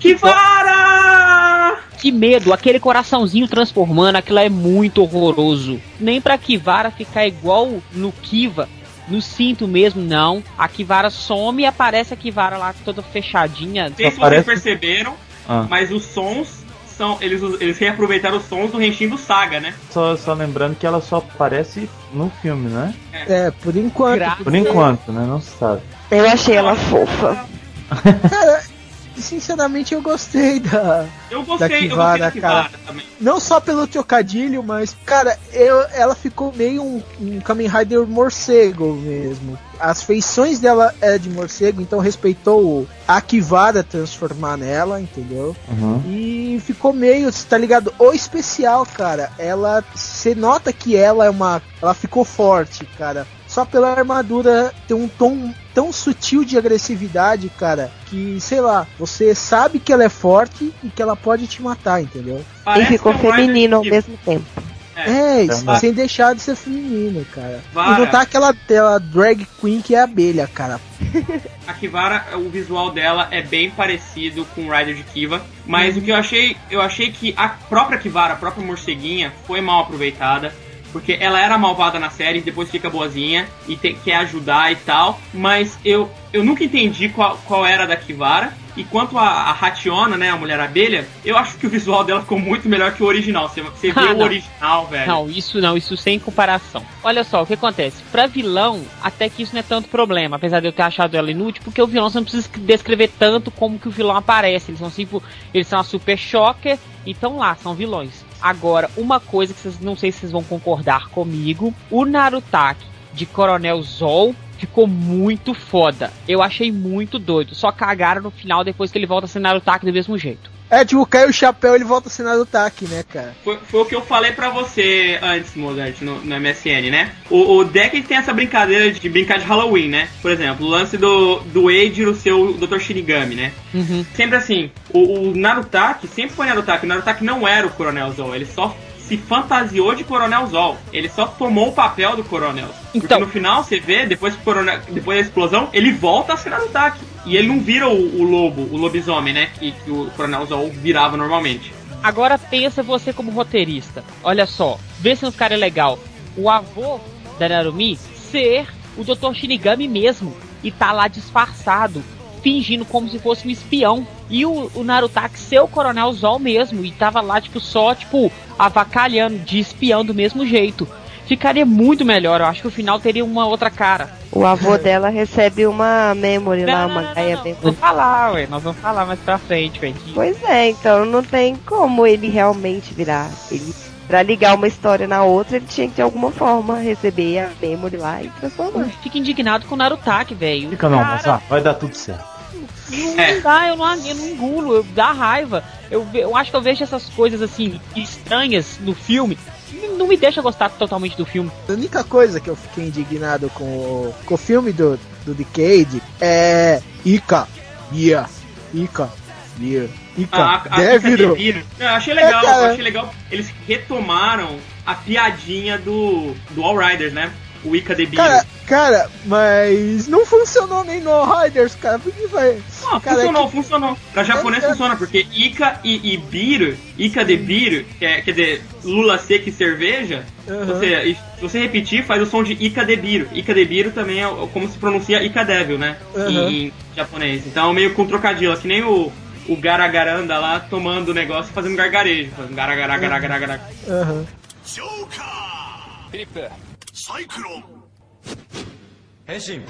Kivara! Que medo, aquele coraçãozinho transformando, aquilo é muito horroroso. Nem pra Kivara ficar igual no Kiva, no cinto mesmo, não. A Kivara some e aparece a Kivara lá toda fechadinha. Não sei se vocês perceberam, mas os sons eles reaproveitaram os sons do Henshin do Saga, né? Só lembrando que ela só aparece no filme, né? Por enquanto. Por enquanto, né? Não se sabe. Eu achei ela fofa. Cara, sinceramente eu gostei da Kivara, cara. Também. Não só pelo trocadilho, mas, cara, ela ficou meio um Kamen Rider morcego mesmo. As feições dela é de morcego, então respeitou a Kivara transformar nela, entendeu? Uhum. E ficou meio, tá ligado? O especial, cara, você nota que ela ficou forte, cara. Só pela armadura tem um tom tão sutil de agressividade, cara, que, sei lá, você sabe que ela é forte e que ela pode te matar, entendeu? E ficou feminino ao mesmo tempo. Sem deixar de ser feminino, cara. Vara. E não tá aquela drag queen que é abelha, cara. A Kivara, o visual dela é bem parecido com o Rider de Kiva, mas o que eu achei que a própria Kivara, a própria morceguinha, foi mal aproveitada. Porque ela era malvada na série, depois fica boazinha e quer ajudar e tal. Mas eu nunca entendi qual era da Kivara. E quanto a Hationa, né, a Mulher Abelha, eu acho que o visual dela ficou muito melhor que o original. Você vê o original, velho. Não, isso sem comparação. Olha só, o que acontece? Pra vilão, até que isso não é tanto problema. Apesar de eu ter achado ela inútil, porque o vilão você não precisa descrever tanto como que o vilão aparece. Eles são a Super Shocker, então lá, são vilões. Agora, uma coisa que vocês não sei se vocês vão concordar comigo, o Narutaki de Coronel Zol ficou muito foda. Eu achei muito doido. Só cagaram no final depois que ele volta a ser Narutaki do mesmo jeito. Tipo, cai o chapéu, ele volta a ser Narutaki, né, cara? Foi o que eu falei pra você antes, Mozart, no MSN, né? O deck tem essa brincadeira de brincar de Halloween, né? Por exemplo, o lance do Eijiro ser o Dr. Shinigami, né? Uhum. Sempre assim, o Narutaki sempre foi Narutaki. O Narutaki não era o Coronel Zol, ele só se fantasiou de Coronel Zol. Ele só tomou o papel do Coronel. Porque no final, você vê, depois da explosão, ele volta a ser Narutaki. E ele não vira o lobo, o lobisomem, né? Que o Coronel Zol virava normalmente. Agora pensa você como roteirista. Olha só, vê se não ficaria legal. O avô da Narumi ser o Dr. Shinigami mesmo. E tá lá disfarçado, fingindo como se fosse um espião. E o Narutaki ser o Coronel Zol mesmo. E tava lá, só avacalhando de espião do mesmo jeito. Ficaria muito melhor, eu acho que o final teria uma outra cara. O avô dela recebe uma memory lá, uma gaia bem... Nós vamos falar mais pra frente, velho. Pois é, então não tem como ele realmente virar. Pra ligar uma história na outra, ele tinha que de alguma forma receber a memory lá e transformar. Fica indignado com o Narutaki, velho. Fica não, moça, vai dar tudo certo. Não dá, eu não engulo, dá raiva. Eu acho que eu vejo essas coisas assim, estranhas no filme. Não me deixa gostar totalmente do filme. A única coisa que eu fiquei indignado com o filme do Decade é Ika, Deviro. Eu achei legal, Eles retomaram a piadinha do All Riders, né? O Ika Debiru. Cara, mas não funcionou nem no All Riders, cara. Por que vai? Funcionou. Pra japonês funciona, porque Ika e Biru, Ika Debiru, quer dizer, lula seca e cerveja, se você repetir, faz o som de Ika Debiru. Ika Debiru também é como se pronuncia Ika Devil, né? Em japonês. Então, meio com trocadilho, que nem o Garagaranda lá tomando o negócio e fazendo gargarejo. Fazendo garagaragaragaragar. Prepare. Cyclone. Henshin.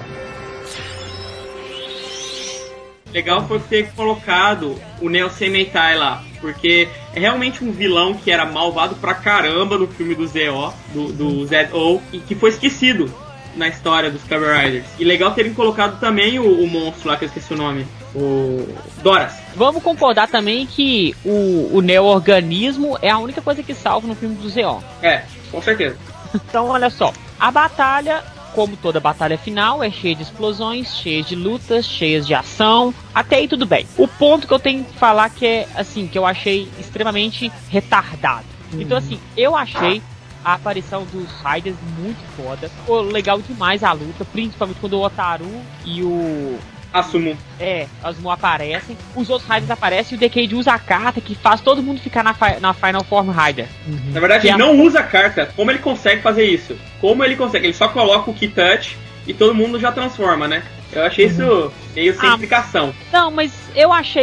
Legal foi ter colocado o Neo Semeitai lá, porque é realmente um vilão que era malvado pra caramba no filme do Z.O., do Z.O., e que foi esquecido na história dos Kamen Riders. E legal terem colocado também o monstro lá, que eu esqueci o nome, o Doras. Vamos concordar também que o neo-organismo é a única coisa que salva no filme do Z.O. Com certeza. Então, olha só, a batalha, como toda batalha final, é cheia de explosões, cheia de lutas, cheias de ação, até aí tudo bem. O ponto que eu tenho que falar que é, assim, que eu achei extremamente retardado. Então, assim, eu achei a aparição dos Riders muito foda. Ficou legal demais a luta, principalmente quando o Otaru e o Asumu aparecem, os outros Riders aparecem e o Decade usa a carta que faz todo mundo ficar na Final Form Rider. Na verdade, ele não usa a carta. Como ele consegue fazer isso? Ele só coloca o Key Touch e todo mundo já transforma, né? Eu achei isso meio sem explicação. Não, mas eu achei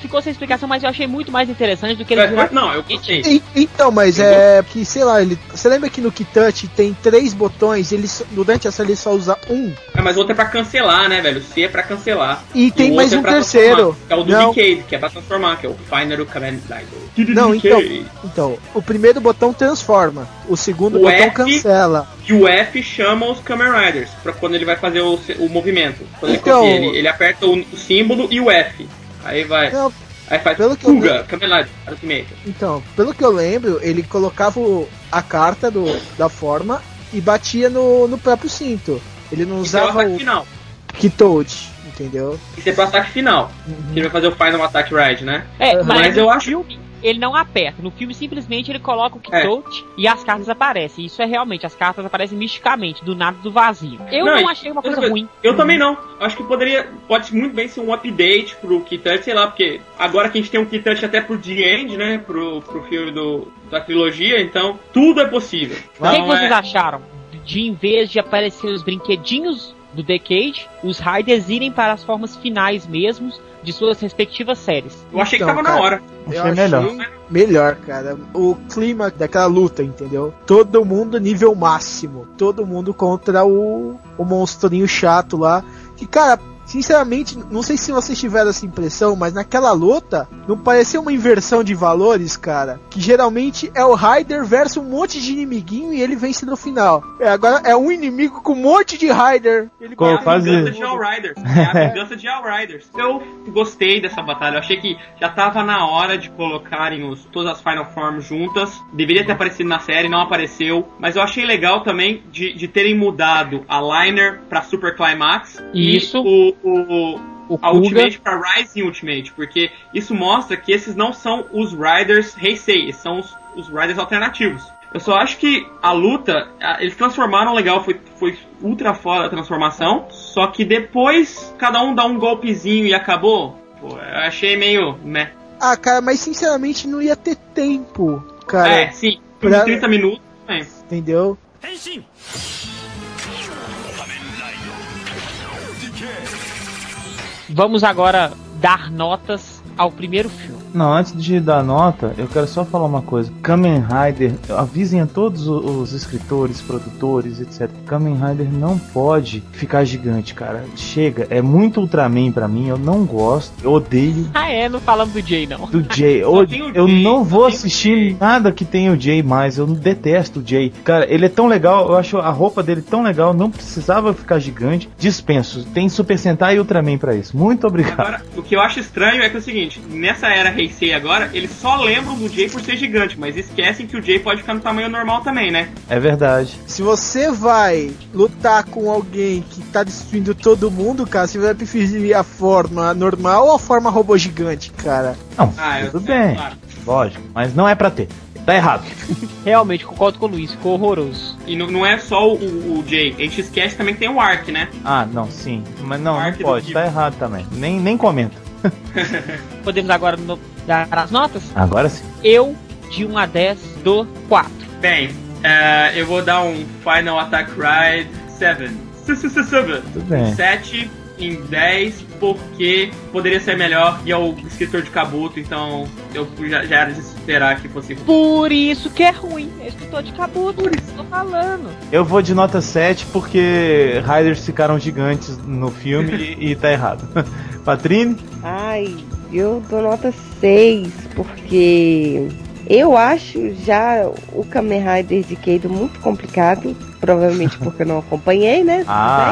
ficou sem explicação, mas eu achei muito mais interessante do que eles viraram. Não, eu gostei. Então, mas que, sei lá, você lembra que no Kitouch tem 3 botões, durante essa ele só usa um? Mas o outro é pra cancelar, né, velho? O C é pra cancelar. E tem mais um terceiro. Que é o do Decade, que é pra transformar, que é o Final Kamen Rider. Não, então, o primeiro botão transforma, o segundo botão F, cancela. E o F chama os Kamen Riders, pra quando ele vai fazer o movimento. Quando Então, ele aperta o símbolo e o F. Aí vai. Não, aí faz pelo que fuga, Kamen Rider, Ultimate. Então, pelo que eu lembro, ele colocava a carta da forma e batia no próprio cinto. Ele não Isso é o usava ataque o final. Kitouch, entendeu? Isso é pro ataque final. Que ele vai fazer o Final Attack Ride, né? Mas eu no acho. filme, ele não aperta. No filme, simplesmente, ele coloca o Kitouch e as cartas aparecem. Isso é realmente, as cartas aparecem misticamente, do nada, do vazio. Eu não achei uma coisa ruim. Eu também não. Acho que pode muito bem ser um update pro Kitouch, sei lá, porque agora que a gente tem um Kitouch até pro The End, né? Pro filme da trilogia, então tudo é possível. O que vocês acharam de, em vez de aparecer os brinquedinhos do Decade, os Riders irem para as formas finais mesmos de suas respectivas séries? Eu achei que tava na hora. Eu achei melhor, cara. O clima daquela luta, entendeu? Todo mundo nível máximo. Todo mundo contra o monstrinho chato lá. Que, cara, sinceramente, não sei se vocês tiveram essa impressão, mas naquela luta não pareceu uma inversão de valores, cara? Que geralmente é o Rider versus um monte de inimiguinho e ele vence no final. Agora é um inimigo com um monte de Rider. Ele é a vingança de All Riders. É a vingança de All Riders. Eu gostei dessa batalha. Eu achei que já tava na hora de colocarem todas as Final Forms juntas. Deveria ter aparecido na série, não apareceu. Mas eu achei legal também de terem mudado a Liner pra Super Climax. Isso. E a Ultimate pra Rising Ultimate, porque isso mostra que esses não são os Riders Heisei, esses são os Riders alternativos. Eu só acho que a luta, eles transformaram legal, foi ultra foda a transformação, só que depois cada um dá um golpezinho e acabou. Pô, eu achei meio meh. Ah, cara, mas sinceramente não ia ter tempo, cara. Sim, 30 minutos, entendeu? Vamos agora dar notas ao primeiro filme. Não, antes de dar nota, eu quero só falar uma coisa. Kamen Rider, avisem a todos os escritores, produtores, etc. Kamen Rider não pode ficar gigante, cara. Chega, é muito Ultraman pra mim, eu não gosto, eu odeio. Não falamos do Jay, não. Do Jay, eu não vou assistir nada que tenha o Jay mais, eu detesto o Jay. Cara, ele é tão legal, eu acho a roupa dele tão legal, não precisava ficar gigante. Dispenso, tem Super Sentai e Ultraman pra isso. Muito obrigado. Agora, o que eu acho estranho é que é o seguinte, nessa era Heisei agora, eles só lembram do Jay por ser gigante, mas esquecem que o Jay pode ficar no tamanho normal também, né? É verdade. Se você vai lutar com alguém que tá destruindo todo mundo, cara, você vai preferir a forma normal ou a forma robô gigante, cara? Não, tudo bem, claro. Lógico, mas não é pra ter. Tá errado. Realmente, concordo com o Luiz, ficou horroroso. E não é só o Jay, a gente esquece também que tem o Ark, né? Ah, não, sim. Mas não pode, tá errado também. Nem comenta. Podemos agora dar as notas? Agora sim. Eu, de 1 a 10, dou 4. Bem, eu vou dar um Final Attack Ride 7. Tudo bem. 7 em 10, porque poderia ser melhor e é o escritor de Kabuto, então eu já era de esperar que fosse. Por isso que é ruim, é escritor de Kabuto, por isso tô falando. Eu vou de nota 7 porque Riders ficaram gigantes no filme e tá errado. Patrine? Ai, eu dou nota 6 porque eu acho já o Kamen Rider de Keido muito complicado, provavelmente porque eu não acompanhei, né?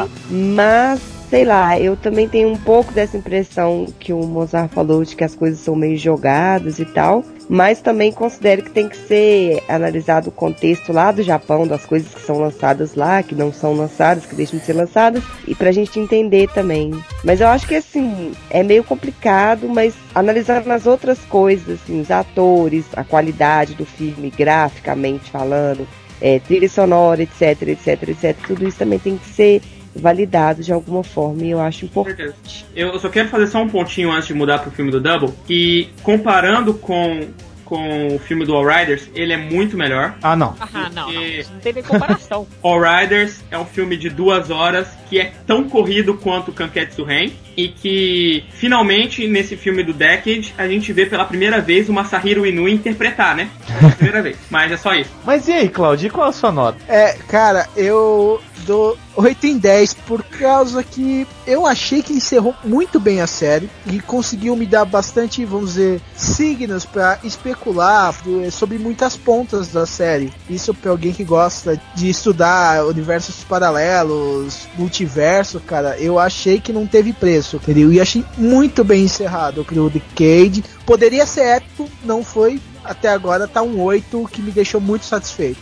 Mas sei lá, eu também tenho um pouco dessa impressão que o Mozart falou de que as coisas são meio jogadas e tal, mas também considero que tem que ser analisado o contexto lá do Japão, das coisas que são lançadas lá, que não são lançadas, que deixam de ser lançadas, e pra gente entender também. Mas eu acho que assim, é meio complicado, mas analisando as outras coisas, assim, os atores, a qualidade do filme, graficamente falando, trilha sonora, etc, tudo isso também tem que ser validado de alguma forma e eu acho importante. Eu só quero fazer só um pontinho antes de mudar pro filme do Double, que comparando com com o filme do All Riders, ele é muito melhor. Ah, não. Ah, não, Porque- isso não teve comparação. All Riders é um filme de 2 horas que é tão corrido quanto Kanketsu Ren e que finalmente nesse filme do Decade a gente vê pela primeira vez o Masahiro Inoue interpretar, né? Primeira vez, mas é só isso. Mas e aí, Claudio, qual a sua nota? Cara, eu dou 8 em 10 por causa que eu achei que encerrou muito bem a série e conseguiu me dar bastante, vamos dizer, signos pra especular sobre muitas pontas da série. Isso pra alguém que gosta de estudar universos paralelos, multiverso, cara, eu achei que não teve preço, entendeu? E achei muito bem encerrado pro Decade. Poderia ser épico, não foi. Até agora tá um 8 que me deixou muito satisfeito.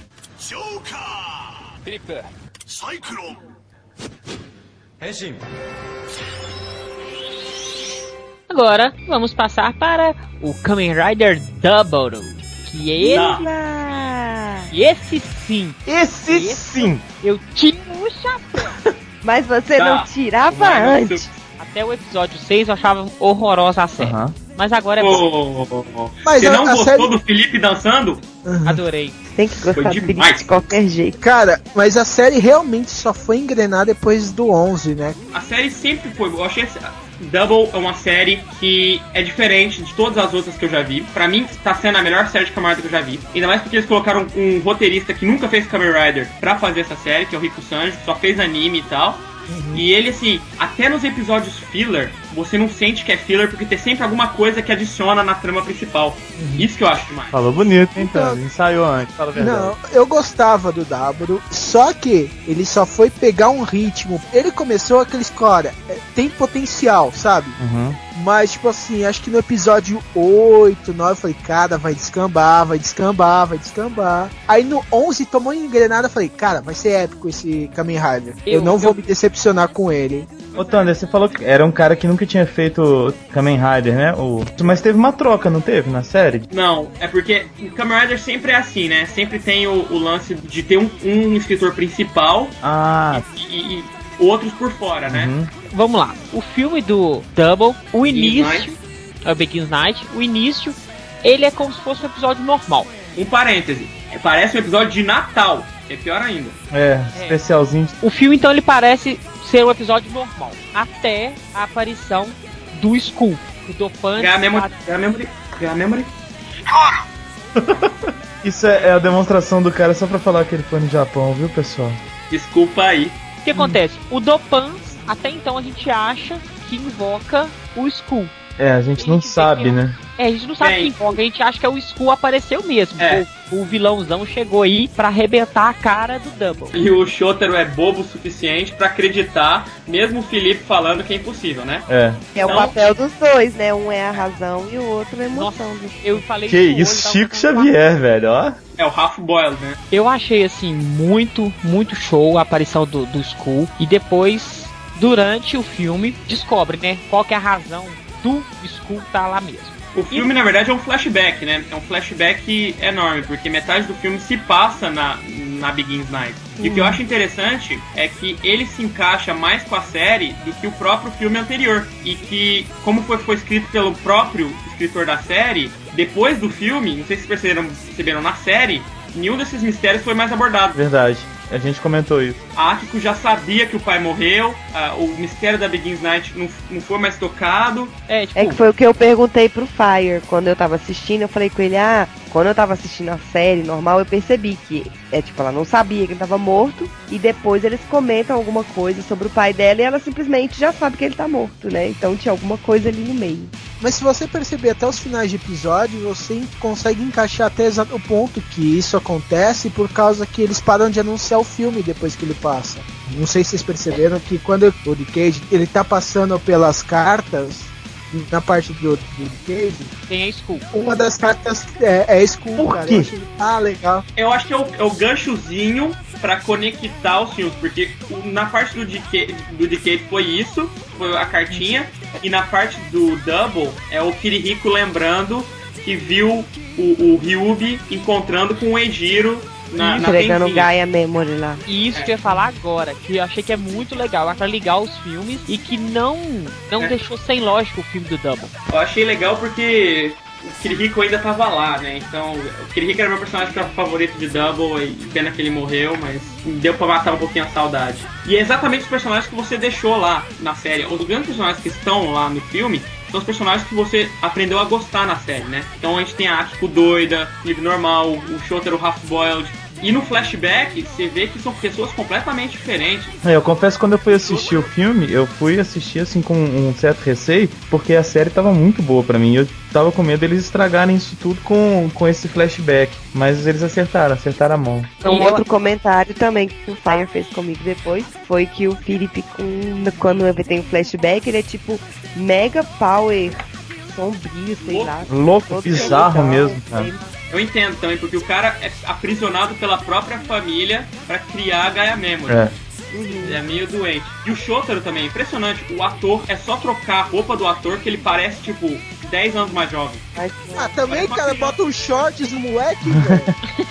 Agora, vamos passar para o Kamen Rider Double, que ele... E esse sim, Esse sim! eu tiro o chapéu. Mas você Tá. não tirava Mas antes. Até o episódio 6 eu achava horrorosa a série. Aham. Mas agora é bom. Mas Você a não gostou série- do Felipe dançando? Adorei. Tem que gostar Foi do demais. Felipe de qualquer jeito. Cara, mas a série realmente só foi engrenar depois do 11, né? A série sempre foi. Eu achei Double é uma série que é diferente de todas as outras que eu já vi. Pra mim, tá sendo a melhor série de Kamen Rider que eu já vi. Ainda mais porque eles colocaram um roteirista que nunca fez Kamen Rider pra fazer essa série, que é o Riku Sanji, que só fez anime e tal. E ele, assim, até nos episódios filler, você não sente que é filler porque tem sempre alguma coisa que adiciona na trama principal. Isso que eu acho demais. Falou bonito, hein, Então- Tano? Ensaiou antes, fala a verdade. Não, eu gostava do W, só que ele só foi pegar um ritmo. Ele começou aqueles, cara, tem potencial, sabe? Uhum. Mas, tipo assim, acho que no episódio 8, 9, eu falei, cara, vai descambar, vai descambar, vai descambar. Aí no 11 tomou uma engrenada, eu falei, cara, vai ser épico esse Kamen Rider. Eu não vou me decepcionar com ele. Ô, Thunder, você falou que era um cara que nunca tinha feito Kamen Rider, né? Mas teve uma troca, não teve, na série? Não, é porque o Kamen Rider sempre é assim, né? Sempre tem o lance de ter um escritor principal Ah, e outros por fora, né? uhum. Vamos lá. O filme do Double, o Begins início... É o Begins Night. O início, ele é como se fosse um episódio normal. Um parêntese, parece um episódio de Natal, que é pior ainda. Especialzinho. O filme, então, ele parece ser um episódio normal. Até a aparição do Skull. O Dopante... Ganhar memory. Isso é a demonstração do cara só pra falar que ele foi no Japão, viu, pessoal? Desculpa aí. O que acontece? O Dopans, até então a gente acha que invoca o Skull. A gente não sabe, né? A gente não sabe Bem. quem invoca, a gente acha que é o Skull apareceu mesmo. É. O vilãozão chegou aí pra arrebentar a cara do Double. E o Shotaro é bobo o suficiente pra acreditar, mesmo o Felipe falando que é impossível, né? É o Então- papel dos dois, né? Um é a razão e o outro é a emoção. Eu falei Que hoje, isso, tava Chico conversando com Xavier, velho, ó. É o Half Boiled, né? Eu achei assim muito show a aparição do Skull. E depois, durante o filme, descobre, né, qual que é a razão do Skull tá lá mesmo. O filme, na verdade, é um flashback, né? É um flashback enorme, porque metade do filme se passa na Begins Night. E o que eu acho interessante é que ele se encaixa mais com a série do que o próprio filme anterior. E que, como foi escrito pelo próprio escritor da série, depois do filme, não sei se vocês perceberam na série, nenhum desses mistérios foi mais abordado. Verdade. A gente comentou isso. A Akiko já sabia que o pai morreu, o mistério da Begins Night não foi mais tocado. É, tipo, É que foi o que eu perguntei pro Fire quando eu tava assistindo. Eu falei com ele, quando eu tava assistindo a série normal, eu percebi que, ela não sabia que ele tava morto. E depois eles comentam alguma coisa sobre o pai dela e ela simplesmente já sabe que ele tá morto, né? Então tinha alguma coisa ali no meio. Mas se você perceber até os finais de episódio, você consegue encaixar até exato o ponto que isso acontece por causa que eles param de anunciar o filme depois que ele passa. Não sei se vocês perceberam que quando o Decade ele tá passando pelas cartas, na parte do Decade, tem a Skull. uma das cartas é Skull, Por cara. quê? Eu achei, legal. Eu acho que é o ganchozinho pra conectar os filmes, porque na parte do Decade foi isso, foi a cartinha, e na parte do Double é o Kirihiko lembrando que viu o Ryubi encontrando com o Eijiro na Entregando o tendinha. Gaia Memory lá. E isso que eu ia falar agora, que eu achei que é muito legal, é pra ligar os filmes e que não deixou sem lógica o filme do Double. Eu achei legal porque o Kirihiko ainda tava lá, né? Então, o Kirihiko era meu personagem favorito de Double, e pena que ele morreu, mas deu pra matar um pouquinho a saudade. E é exatamente os personagens que você deixou lá na série. Os grandes personagens que estão lá no filme são os personagens que você aprendeu a gostar na série, né? Então a gente tem a Akiko doida, o Liv normal, o Shotaro half-boiled. E no flashback, você vê que são pessoas completamente diferentes. Eu confesso que quando eu fui assistir o filme, eu fui assistir assim com um certo receio, porque a série tava muito boa pra mim. Eu tava com medo deles estragarem isso tudo com esse flashback. Mas eles acertaram a mão. Outro comentário também que o Fire fez comigo depois foi que o Philip, quando tem um flashback, ele é tipo mega power, sombrio, sei lá. Louco, bizarro mesmo, cara. Eu entendo também, porque o cara é aprisionado pela própria família pra criar a Gaia Memory. É meio doente. E o Shotaro também, impressionante. O ator, é só trocar a roupa do ator que ele parece, tipo, 10 anos mais jovem. Também, cara, bota uns shorts no moleque, velho.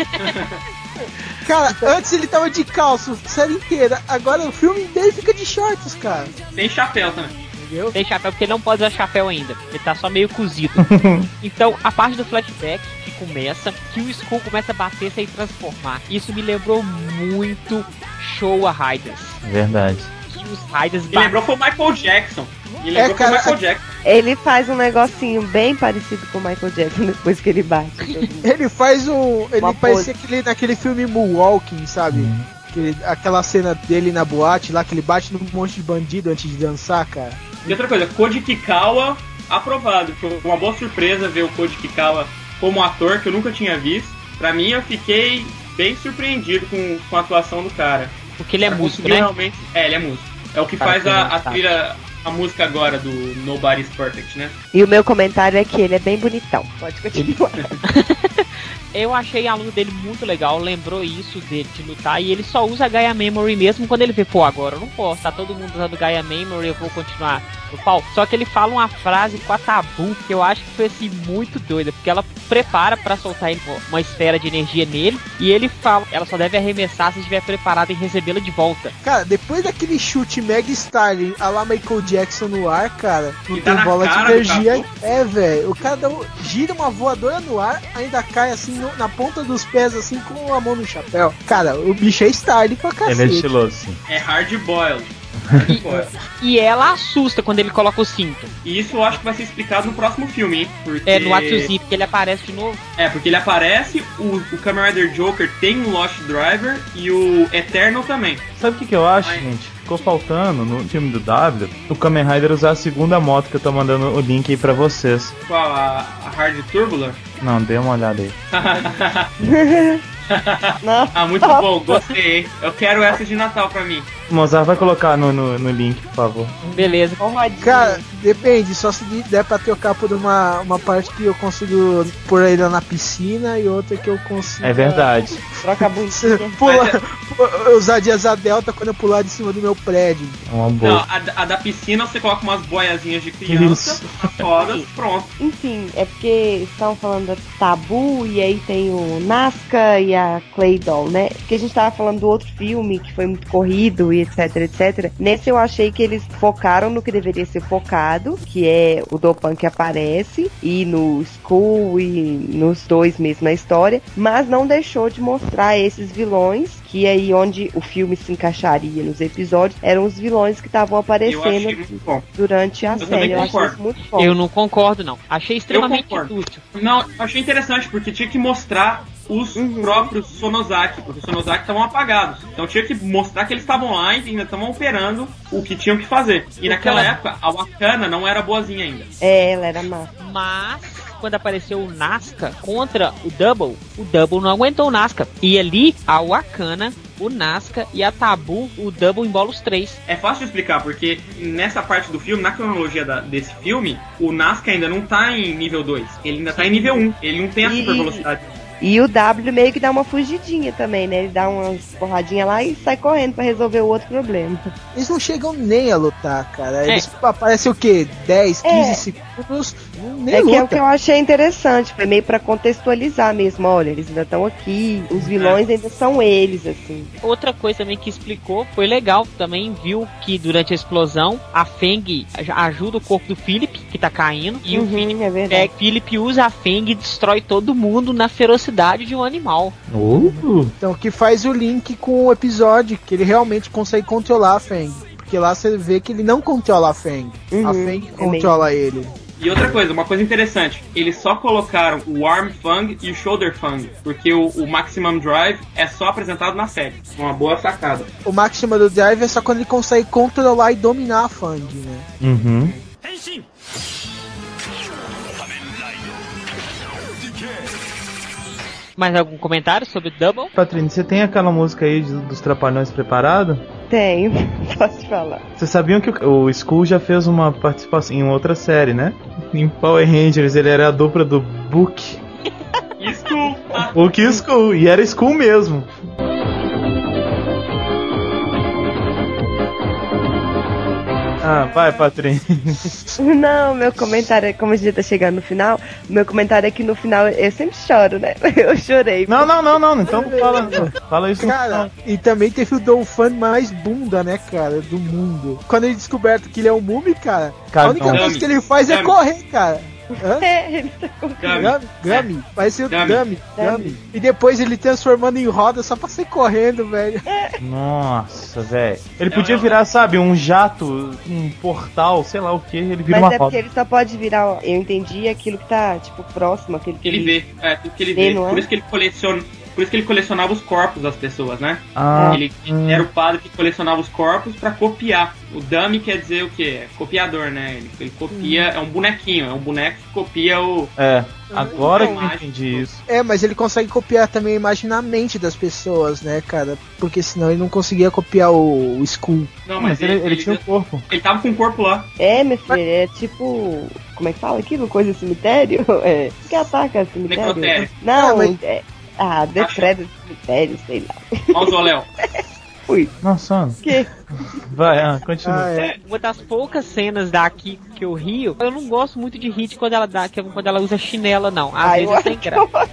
Cara, antes ele tava de calça, série inteira. Agora o filme dele fica de shorts, cara. Tem chapéu também. Tem chapéu porque ele não pode usar chapéu ainda. Ele tá só meio cozido. Então, a parte do flashback que começa, que o Skull começa a bater sem transformar. Isso me lembrou muito Showa Riders. Verdade. Que os Riders Me lembrou foi o Michael Jackson. Ele faz um negocinho bem parecido com o Michael Jackson depois que ele bate. Ele faz um... Ele parece naquele filme Moonwalking, sabe? Aquela cena dele na boate lá, que ele bate num monte de bandido antes de dançar, cara. E outra coisa, Koji Kikawa aprovado. Foi uma boa surpresa ver o Koji Kikawa como ator, que eu nunca tinha visto. Pra mim, eu fiquei bem surpreendido com a atuação do cara. Porque ele é músico, né? Realmente... ele é músico. É o que faz a trilha, a música agora do Nobody's Perfect, né? E o meu comentário é que ele é bem bonitão. Pode continuar. Eu achei a luta dele muito legal, lembrou isso dele de lutar, e ele só usa a Gaia Memory mesmo quando ele vê, pô, agora eu não posso, tá todo mundo usando Gaia Memory, eu vou continuar no pau. Só que ele fala uma frase com a Tabu, que eu acho que foi assim, muito doida, porque ela prepara pra soltar uma esfera de energia nele, e ele fala, ela só deve arremessar se estiver preparada em recebê-la de volta. Cara, depois daquele chute Mega Styling a lá Michael Jackson no ar, cara, não tem bola de energia. Velho, o cara gira uma voadora no ar, ainda cai assim na ponta dos pés, assim, com a mão no chapéu. Cara, o bicho é style pra cacete. Ele é estiloso, sim. É hard boiled. E ela assusta quando ele coloca o cinto. E isso eu acho que vai ser explicado no próximo filme, hein? Porque... no Atsuzi, porque ele aparece de novo. Porque ele aparece, o Kamen Rider Joker tem um Lost Driver e o Eternal também. Sabe o que eu acho, gente? Ficou faltando no filme do W o Kamen Rider usar a segunda moto que eu tô mandando o link aí pra vocês. Qual? A Hard Turbulent? Não, dê uma olhada aí. Muito bom, gostei, hein? Eu quero essa de Natal pra mim. Mozart vai colocar no link, por favor. Beleza. Cara, depende, só se der pra trocar por uma parte que eu consigo pôr ele na piscina e outra que eu consigo. É verdade. Troca a bundinha. Usar de asa delta quando eu pular de cima do meu prédio. Uma boa. Não, a da piscina você coloca umas boiazinhas de criança, fodas, pronto. Enfim, é porque estavam falando da Tabu e aí tem o Nazca e a Clay Doll, né? Porque a gente tava falando do outro filme que foi muito corrido e etc, etc. Nesse eu achei que eles focaram no que deveria ser focado, que é o Dopan que aparece, e no Skull e nos dois mesmo na história, mas não deixou de mostrar esses vilões, que aí onde o filme se encaixaria nos episódios, eram os vilões que estavam aparecendo durante a série. Eu achei isso muito bom. Eu não concordo, não. Achei extremamente inútil. Não, achei interessante, porque tinha que mostrar os próprios Sonosaki, porque os Sonosaki estavam apagados. Então tinha que mostrar que eles estavam lá e ainda estavam operando o que tinham que fazer. E naquela época, a Wakana não era boazinha ainda. Ela era má. Mas, quando apareceu o Nazca contra o Double não aguentou o Nazca. E ali, a Wakana, o Nazca e a Tabu, o Double embola os três. É fácil de explicar, porque nessa parte do filme, na cronologia desse filme, o Nazca ainda não tá em nível 2. Ele ainda tá em nível 1. Ele não tem a super velocidade. E o W meio que dá uma fugidinha também, né? Ele dá umas porradinhas lá e sai correndo pra resolver o outro problema. Eles não chegam nem a lutar, cara. Eles aparecem o quê? 10, 15 segundos, nem luta. Que é o que eu achei interessante, foi meio pra contextualizar mesmo. Olha, eles ainda estão aqui, os vilões ainda são eles, assim. Outra coisa também que explicou, foi legal, também viu que durante a explosão, a Feng ajuda o corpo do Philip, que tá caindo, e o Philip usa a Feng e destrói todo mundo na ferocidade de um animal. Então, que faz o link com o episódio, que ele realmente consegue controlar a Feng. Porque lá você vê que ele não controla a Feng. A Feng controla ele. E outra coisa, uma coisa interessante, eles só colocaram o Arm Fang e o Shoulder Fang, porque o Maximum Drive é só apresentado na série. Uma boa sacada. O Maximum do Drive é só quando ele consegue controlar e dominar a Fang, né? Uhum. Mais algum comentário sobre Double? Patrícia, você tem aquela música aí dos Trapalhões preparada? Tenho, posso falar. Vocês sabiam que o Skull já fez uma participação em outra série, né? Em Power Rangers ele era a dupla do Book. Skull! Book e Skull, e era Skull mesmo. Ah, vai, Patrícia. Não, meu comentário é, como a gente tá chegando no final, meu comentário é que no final eu sempre choro, né? Eu chorei. Não, então fala isso. Cara, e também teve o Dolphin mais bunda, né, cara, do mundo. Quando ele descoberto que ele é um Mumi, cara, a única coisa que ele faz é correr, cara. Ele tá com Gummy, parece o Gummy. E depois ele transformando em roda só pra sair correndo, velho. Nossa, velho. Ele podia virar, sabe, um jato, um portal, sei lá o que, ele vira uma roda. Mas é porque ele só pode virar, eu entendi aquilo que tá, tipo, próximo, aquilo que ele vê. Tudo que ele vê. Por isso que ele coleciona. Por isso que ele colecionava os corpos das pessoas, né? Ele era o padre que colecionava os corpos pra copiar. O dummy quer dizer o quê? Copiador, né? Ele copia, é um bonequinho, é um boneco que copia o... Agora que eu entendi isso. Mas ele consegue copiar também a imagem na mente das pessoas, né, cara? Porque senão ele não conseguia copiar o Skull. Não, mas ele tinha um corpo. Ele tava com o corpo lá. Meu filho, é tipo... Como é que fala aquilo? Coisa cemitério? Que ataca cemitério? Necrotério. Não, mas... Depredador do cemitério, sei lá. Mausoléu. Fui. Nossa, Que? Vai, continua. Uma das poucas cenas daqui que eu rio, eu não gosto muito de Hit quando ela quando ela usa chinela, não. Às vezes é sem graça.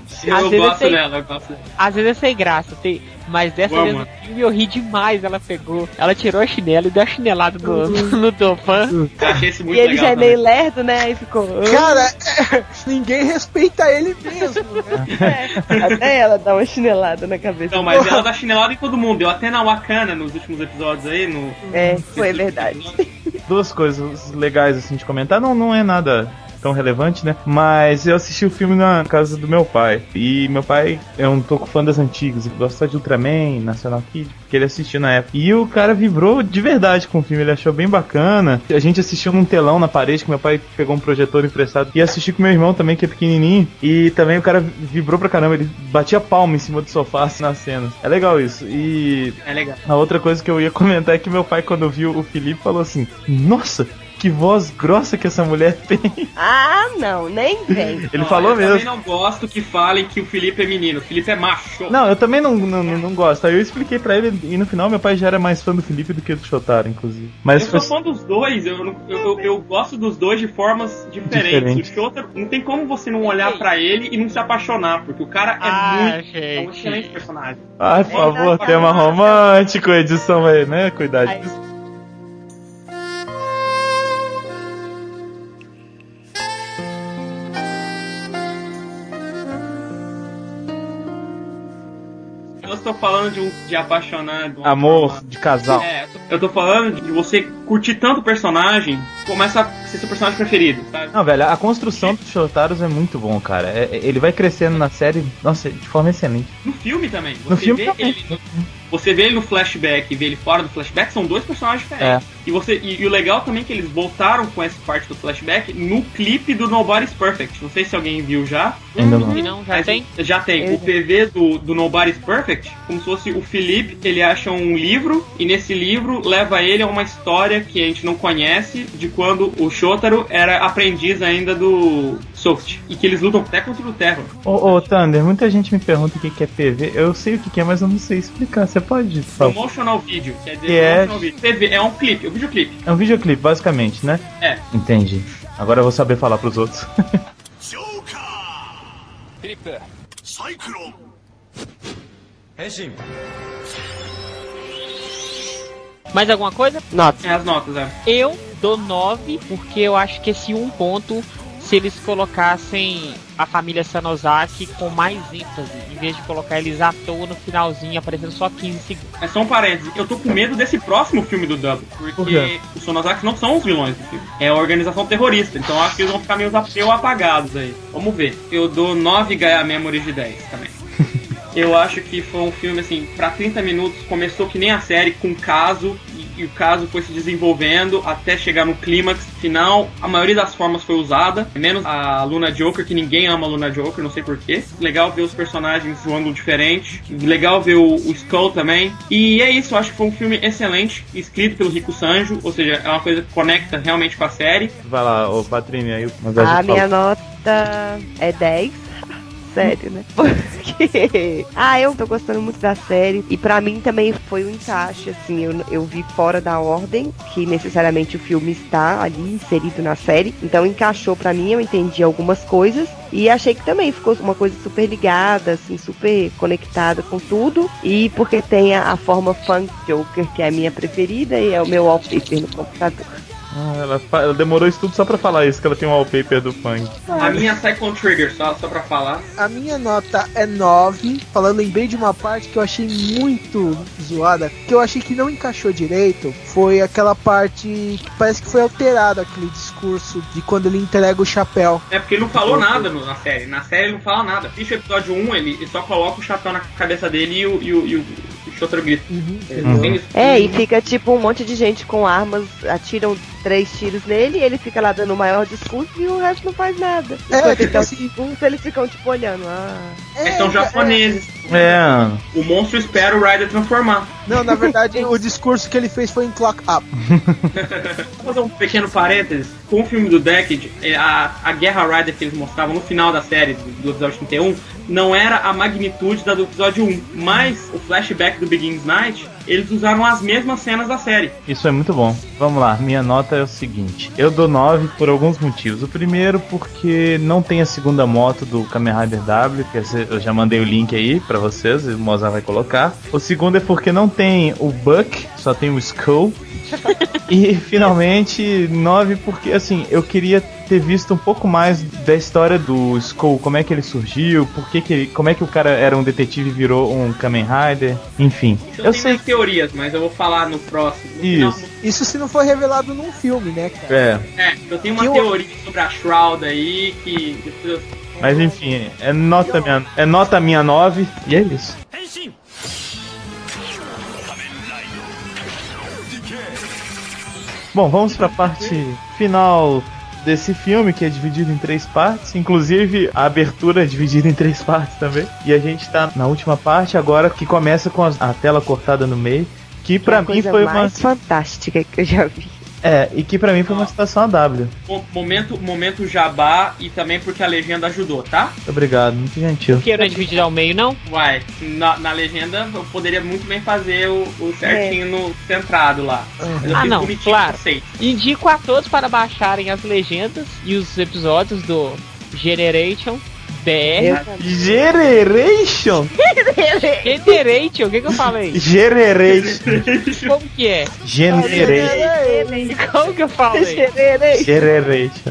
Eu gosto dela. Às vezes é sem graça, mas dessa vez no filme eu ri demais. Ela tirou a chinela e deu a chinelada no Dolphin. Eu achei isso muito legal. E ele já é meio também. lerdo, né? Aí ficou. Cara, ninguém respeita ele mesmo, né? Até ela dá uma chinelada na cabeça. Não, mas ela dá chinelada em todo mundo. Deu até na Wakana nos últimos episódios aí. Foi verdade. Duas coisas legais assim de comentar. Não é nada tão relevante, né? Mas eu assisti o filme na casa do meu pai. E meu pai é um pouco fã das antigas. Ele gosta de Ultraman, National Kid, que ele assistiu na época. E o cara vibrou de verdade com o filme. Ele achou bem bacana. A gente assistiu num telão na parede, que meu pai pegou um projetor emprestado. E assisti com meu irmão também, que é pequenininho. E também o cara vibrou pra caramba. Ele batia palma em cima do sofá assim, nas cenas. É legal isso. E é legal. A outra coisa que eu ia comentar é que meu pai, quando viu o Felipe, falou assim: nossa, que voz grossa que essa mulher tem. Não, nem vem. Ele falou mesmo. Eu também não gosto que falem que o Felipe é menino. O Felipe é macho. Não, eu também não gosto. Aí eu expliquei pra ele e no final meu pai já era mais fã do Felipe do que do Shotaro, inclusive. Mas eu sou fã dos dois. Eu gosto dos dois de formas diferentes. O Shotaro, não tem como você não olhar pra ele e não se apaixonar, porque o cara é um excelente personagem. Ai, por favor, tema romântico, edição vai, né, cuidar disso. Eu tô falando de apaixonado. Amor de casal. Eu tô falando de você curtir tanto o personagem, começa a ser seu personagem preferido, sabe? Não, velho, a construção dos Shotaros é muito bom, cara. Ele vai crescendo na série, nossa, de forma excelente. No filme também. Você vê ele no flashback e vê ele fora do flashback, são dois personagens diferentes. E o legal também é que eles voltaram com essa parte do flashback no clipe do Nobody's Perfect. Não sei se alguém viu já. Ainda não. Já tem. O PV do Nobody's Perfect, como se fosse o Felipe, ele acha um livro e nesse livro leva ele a uma história que a gente não conhece de quando o Shotaro era aprendiz ainda do Ubisoft. E que eles lutam até contra o Terror. Ô, Thunder, muita gente me pergunta o que é PV. Eu sei o que é, mas eu não sei explicar. Você pode falar? Promotional Video, quer dizer, promotional video. PV é um clipe, um videoclipe. É um videoclipe, basicamente, né? É. Entendi. Agora eu vou saber falar pros outros. Creeper. Cyclone. Henshin. Mais alguma coisa? Nota. É as notas, é. Eu dou 9, porque eu acho que esse um ponto, se eles colocassem a família Sanozaki com mais ênfase, em vez de colocar eles à toa no finalzinho, aparecendo só 15 segundos. É só um parênteses, eu tô com medo desse próximo filme do Double, porque os Sonozaki não são os vilões do filme, é a organização terrorista, então eu acho que eles vão ficar meio apagados aí. Vamos ver. Eu dou 9 Gaia Memories de 10 também. Eu acho que foi um filme, assim, pra 30 minutos, começou que nem a série, com caso, e o caso foi se desenvolvendo até chegar no clímax final. A maioria das formas foi usada, menos a Luna Joker, que ninguém ama a Luna Joker, não sei porquê. Legal ver os personagens de um ângulo diferente, legal ver o Skull também. E é isso, eu acho que foi um filme excelente, escrito pelo Rico Sanjo, ou seja, é uma coisa que conecta realmente com a série. Vai lá, ô Patrícia, aí a minha nota é 10. Sério, né? Porque... eu tô gostando muito da série. E pra mim também foi um encaixe, assim. Eu vi fora da ordem que necessariamente o filme está ali inserido na série. Então encaixou pra mim, eu entendi algumas coisas. E achei que também ficou uma coisa super ligada, assim, super conectada com tudo. E porque tem a forma Funk Joker, que é a minha preferida, e é o meu wallpaper no computador. Ela demorou isso tudo só pra falar isso, que ela tem um wallpaper do funk. A minha Psycho Trigger, só pra falar. A minha nota é 9. Lembrei de uma parte que eu achei muito zoada, que eu achei que não encaixou direito. Foi aquela parte que parece que foi alterado, aquele discurso de quando ele entrega o chapéu. É porque ele não falou nada na série. Na série ele não fala nada. Assiste o episódio 1, ele só coloca o chapéu na cabeça dele e o Shotaro grita. E fica tipo um monte de gente com armas, atiram 3 tiros nele, e ele fica lá dando o maior discurso e o resto não faz nada. Eles ficam tipo olhando. Eles são japoneses. O monstro espera o Rider transformar. Não, na verdade o discurso que ele fez foi em Clock Up. Vou fazer um pequeno parênteses. Com o filme do Decade, a Guerra Rider que eles mostravam no final da série do episódio 31 não era a magnitude da do episódio 1, mas o flashback do Begins Night, eles usaram as mesmas cenas da série. Isso é muito bom. Vamos lá, minha nota é o seguinte. Eu dou 9 por alguns motivos. O primeiro porque não tem a segunda moto do Kamen Rider W, que eu já mandei o link aí pra vocês, o Mozart vai colocar. O segundo é porque não tem o Buck, só tem o Skull. E finalmente 9 porque assim, eu queria ter visto um pouco mais da história do Skull, como é que ele surgiu, como é que o cara era um detetive e virou um Kamen Rider, enfim. Eu sei as teorias, mas eu vou falar no próximo. Isso se não for revelado num filme, né, cara? Eu tenho uma teoria sobre a Shroud aí que... Mas enfim, é nota minha 9 e é isso. Bom, vamos pra parte final desse filme, que é dividido em 3 partes. Inclusive, a abertura é dividida em 3 partes também. E a gente tá na última parte agora, que começa com a tela cortada no meio. Que pra mim foi uma mais fantástica que eu já vi. E que pra mim foi uma citação a W. Momento jabá, e também porque a legenda ajudou, tá? Obrigado, muito gentil. Porque não é dividido ao meio, não? Uai, na legenda eu poderia muito bem fazer o certinho no centrado lá. Não, claro. Indico a todos para baixarem as legendas e os episódios do Generation BR. Generation? Generation, o que eu falei? Generation. Como que é? Generation. Como que eu falei? Generation.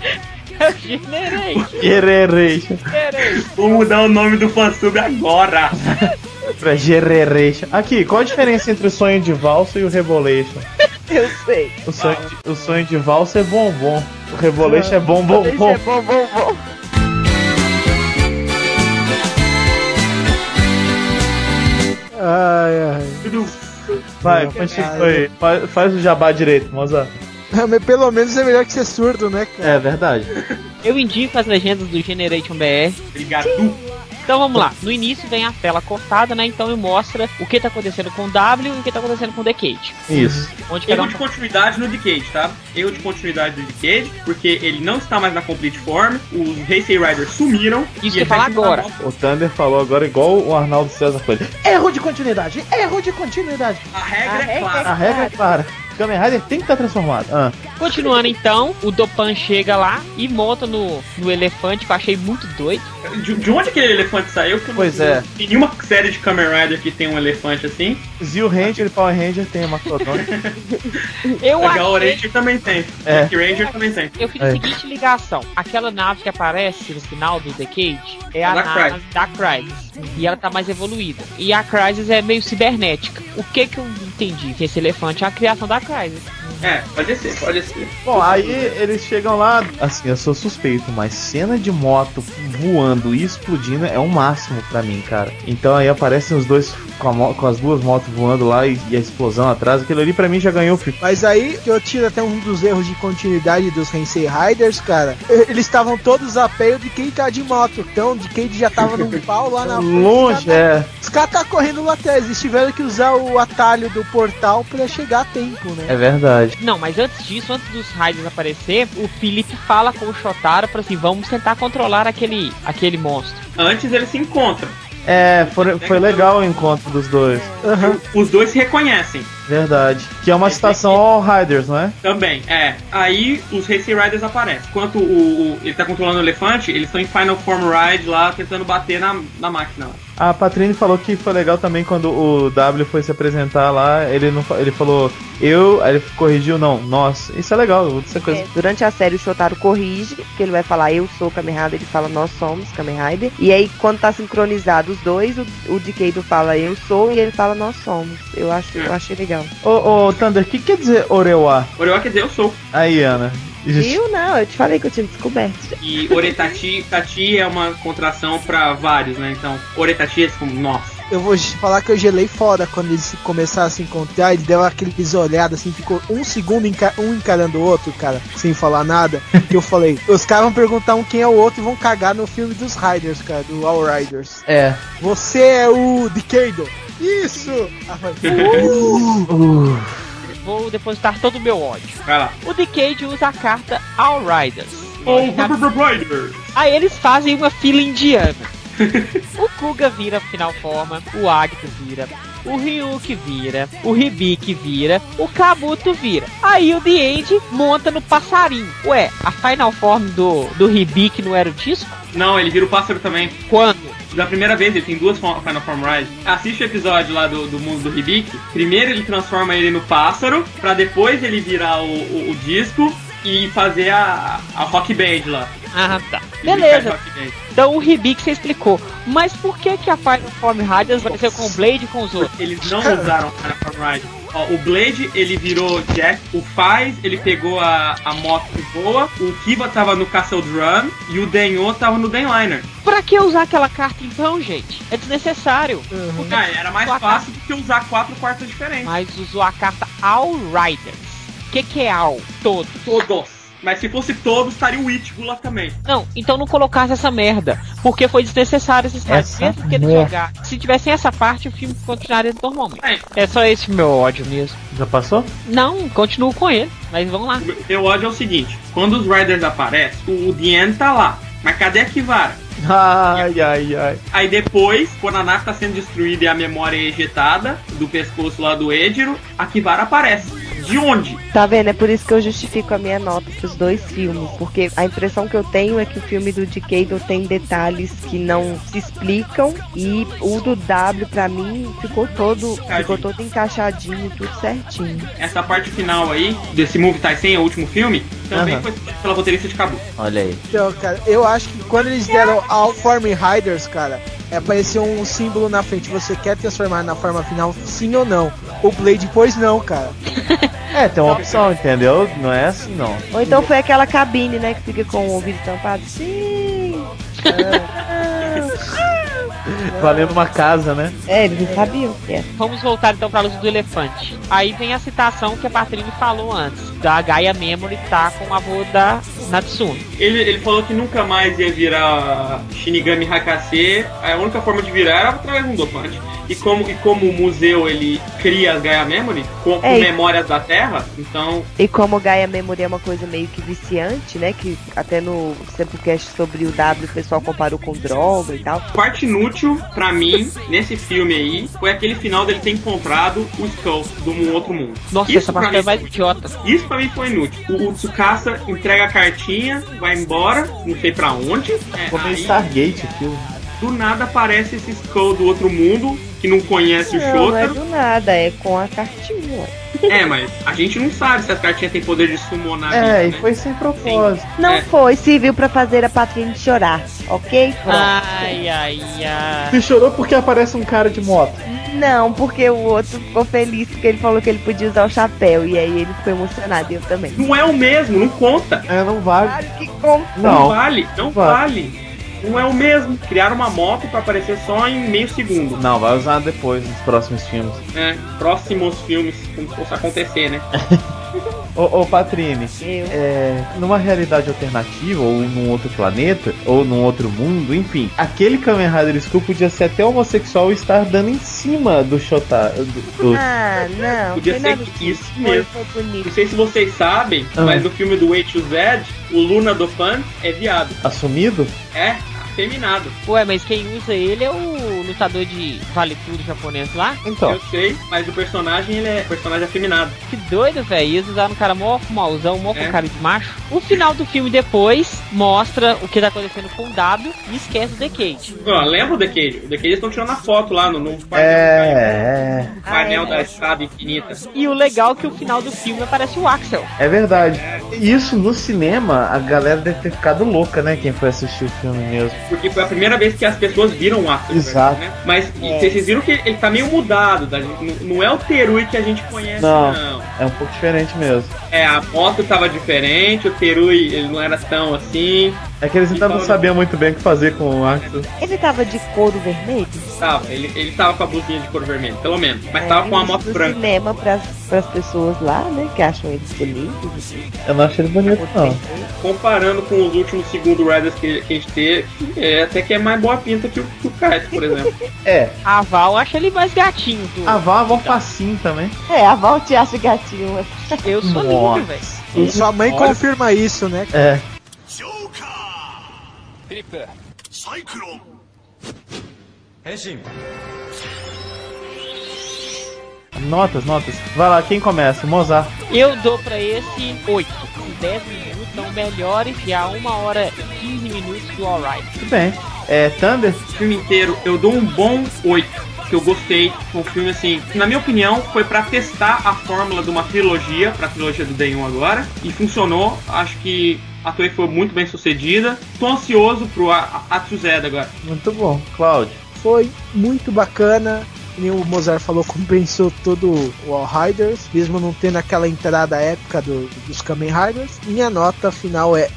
Generation. Vou mudar o nome do fansub agora. Pra Generation. Aqui, qual a diferença entre o sonho de valsa e o Rebolation? Eu sei. O sonho de valsa é bombom. O Rebolation é bombom. É bombom. Vai, continue. Faz o jabá direito, Mozart. Mas pelo menos é melhor que ser surdo, né, cara? É verdade. Eu indico as legendas do Generation BR. Obrigado. Então vamos lá. No início vem a tela cortada, né? Então mostra o que tá acontecendo com o W e o que tá acontecendo com o Decade. Isso. Onde cada Erro de continuidade no Decade, tá? Erro de continuidade do Decade, porque ele não está mais na Complete Form, os Heisei Riders sumiram. Isso que eu falar agora. O Thunder falou agora igual o Arnaldo César foi. Erro de continuidade, erro de continuidade. A regra é clara. A regra é clara. Kamen Rider tem que estar transformado. Continuando então, o Dopan chega lá e monta no elefante, que eu achei muito doido. De onde aquele elefante saiu? Pois é. Tem nenhuma série de Kamen Rider que tem um elefante assim. Zio Ranger e Power Ranger tem uma Mastodon. Eu A achei... Gal Ranger também tem. É. Black Ranger também tem. Eu fiz a seguinte ligação. Aquela nave que aparece no final do Decade é a Da nave da Crysis. E ela tá mais evoluída. E a Crysis é meio cibernética. O que eu entendi? Que esse elefante é a criação da Crysis. É, pode ser, pode ser. Bom, aí eles chegam lá, assim, eu sou suspeito, mas cena de moto voando e explodindo é o máximo pra mim, cara. Então aí aparecem os dois com as duas motos voando lá e a explosão atrás, aquilo ali pra mim já ganhou o filme. Mas aí que eu tiro até um dos erros de continuidade dos Heisei Riders, cara. Eles estavam todos a pé de quem tá de moto. Então, de quem já tava num pau lá na frente. Longe, Os caras tá correndo lá atrás. Eles tiveram que usar o atalho do portal pra chegar a tempo, né? É verdade. Não, mas antes disso, antes dos Riders aparecer, o Philip fala com o Shotaro para assim, vamos tentar controlar aquele monstro. Antes eles se encontram. É, foi legal o encontro dos dois. Os dois se reconhecem. Verdade. Que é uma citação ao Riders, não é? Também, é. Aí os Heisei Riders aparecem. Enquanto ele tá controlando o elefante, eles estão em Final Form Ride lá, tentando bater na máquina lá. A Patrine falou que foi legal também quando o W foi se apresentar lá, ele falou aí ele corrigiu, não, nós. Isso é legal, essa coisa. Durante a série o Shotaro corrige, que ele vai falar eu sou Kamen Rider, ele fala nós somos Kamen Rider. E aí quando tá sincronizado os dois, o Decade fala eu sou e ele fala nós somos. Eu achei legal. Ô Thunder, o que quer dizer Orewa? Orewa quer dizer eu sou. Aí, Ana. Viu? Não, eu te falei que eu tinha descoberto. E Oretati, Tati é uma contração pra vários, né? Então, Oretati é como nós. Eu vou falar que eu gelei fora quando eles começaram a se encontrar. Ele deu aqueles olhadas assim, ficou um segundo um encarando o outro, cara, sem falar nada. Que eu falei, os caras vão perguntar quem é o outro e vão cagar no filme dos Riders, cara, do All Riders. É. Você é o Decade. Isso! Vou depositar todo o meu ódio. Vai lá. O Decade usa a carta All Riders. Riders. Aí eles fazem uma fila indiana. O Kuga vira final forma, o Agito vira, o Ryuki vira, o Hibiki vira, o Kabuto vira. Aí o The End monta no passarinho. Ué, a final form do Hibiki não era o disco? Não, ele vira o pássaro também. Quando? Da primeira vez, ele tem duas Final Form Ride. Assiste o episódio lá do mundo do Hibiki. Primeiro ele transforma ele no pássaro, pra depois ele virar o disco e fazer a Rock Band lá. Ah, tá. Ele Beleza. faz Rock Band. Então o Hibiki você explicou. Mas por que a Final Form Riders apareceu com o Blade e com os outros? Eles não usaram a Final Form Ride. Ó, o Blade, ele virou Jack. O Faz, ele pegou a moto que voa. O Kiba tava no Castle Drum. E o Denyo tava no Denliner. Pra que usar aquela carta então, gente? É desnecessário. Porque Era mais fácil do que usar 4 quartas diferentes. Mas usou a carta All Riders. O que é All? Todos. Todos. Mas se fosse todos, estaria o Ichigo lá também. Não, então não colocasse essa merda. Porque foi desnecessário esses caras. Mesmo que ele jogar. Se tivessem essa parte, o filme continuaria normalmente. É só esse meu ódio mesmo. Já passou? Não, continuo com ele. Mas vamos lá. O meu ódio é o seguinte: quando os Riders aparecem, o Dien tá lá. Mas cadê a Kivara? Ai. Aí depois, quando a nave tá sendo destruída e a memória é ejetada do pescoço lá do Ejiro, a Kivara aparece. De onde? Tá vendo? É por isso que eu justifico a minha nota pros dois filmes. Porque a impressão que eu tenho é que o filme do Decade tem detalhes que não se explicam. E o do W, pra mim, ficou todo encaixadinho, tudo certinho. Essa parte final aí, desse Movie Taisen, o último filme, também foi feita pela roteirista de Kabuto. Olha aí. Então, cara, eu acho que quando eles deram All Form Riders, cara, apareceu um símbolo na frente. Você quer transformar na forma final, sim ou não? O Blade, pois não, cara. Tem uma opção, entendeu? Não é assim, não. Ou então foi aquela cabine, né, que fica com o ouvido tampado. Sim! Valendo uma casa, né? Eles não sabiam. Vamos voltar então pra luz do elefante. Aí vem a citação que a Patrícia falou antes. Da Gaia Memory tá com o avô da Natsumi. Ele falou que nunca mais ia virar Shinigami Hakase. A única forma de virar era através de um dopante. E como o museu ele cria as Gaia Memory com memórias da Terra, então... E como Gaia Memory é uma coisa meio que viciante, né? Que até no Samplecast sobre o W o pessoal comparou com droga e tal. Parte inútil, pra mim, nesse filme aí, foi aquele final dele ter encontrado o Skull do outro mundo. Nossa, isso essa parte é mais idiota. Isso pra mim foi inútil. O Tsukasa entrega a cartinha, vai embora, não sei pra onde. Como Stargate aquilo. Do nada aparece esse Skull do outro mundo, que não conhece o Shotaro. Não é do nada, é com a cartinha. Mas a gente não sabe se as cartinhas têm poder de summonar. E né? foi sem propósito. Não foi, serviu pra fazer a Patrine chorar, ok? Pronto. Ai. Você chorou porque aparece um cara de moto. Não, porque o outro ficou feliz porque ele falou que ele podia usar o chapéu. E aí ele ficou emocionado, e eu também. Não é o mesmo, não conta. Não vale. Claro que conta. Não vale. Não é o mesmo. Criaram uma moto pra aparecer só em meio segundo. Não, vai usar depois, nos próximos filmes. Próximos filmes, como se fosse acontecer, né? Ô Patrine, numa realidade alternativa, ou num outro planeta, ou num outro mundo, enfim, aquele Kamen Rider Skull podia ser até homossexual e estar dando em cima do Shotaro. Ah, não. Podia ser isso mesmo. Foi bonito. Não sei se vocês sabem, mas no filme do A to Z, o Luna do Fan é viado. Assumido? É, afeminado. Ué, mas quem usa ele é o lutador de vale tudo japonês lá? Então. Eu sei, mas o personagem, ele é personagem afeminado. Que doido, velho. Eles usaram um cara mó mauzão, mó com cara de macho. O final do filme depois mostra o que tá acontecendo com o W e esquece o Decade. Lembra o Decade? O Decade eles estão tirando a foto lá no painel da Escada Infinita. E o legal é que o final do filme aparece o Axel. É verdade. Isso no cinema, a galera deve ter ficado louca, né? Quem foi assistir o filme mesmo. Porque foi a primeira vez que as pessoas viram o Axel. Exato. Né? Mas vocês viram que ele tá meio mudado. Não é o Terui que a gente conhece, não. É um pouco diferente mesmo. A moto tava diferente, o Terui ele não era tão assim. É que eles então não sabiam muito bem o que fazer com o Axel. Ele tava de couro vermelho? Tava, ele tava com a blusinha de couro vermelho, pelo menos. Mas tava com a moto branca. Cinema pras pessoas lá, né, que acham eles bonitos. Assim. Eu não achei ele bonito, não. Comparando com os últimos segundo Riders que a gente teve, até que é mais boa pinta que o Kite, por exemplo. A Val acha ele mais gatinho. A Val facinho também. A Val te acha gatinho. Eu sou lindo, velho. Sua mãe confirma isso, né? Notas. Vai lá, quem começa? Mozart. Eu dou pra esse 8. Os 10 minutos são melhores que a 1 hora e 15 minutos do Alright. Tudo bem. Thunder? O filme inteiro eu dou um bom 8. Que eu gostei. Foi um filme assim, na minha opinião, foi pra testar a fórmula de uma trilogia, pra trilogia do Day 1 agora. E funcionou. Acho que a Toei foi muito bem sucedida. Tô ansioso pro Atsuzeda agora. Muito bom. Cláudio? Foi muito bacana. Nem o Mozart falou, compensou todo o All Riders, mesmo não tendo aquela entrada épica dos Kamen Riders. Minha nota final é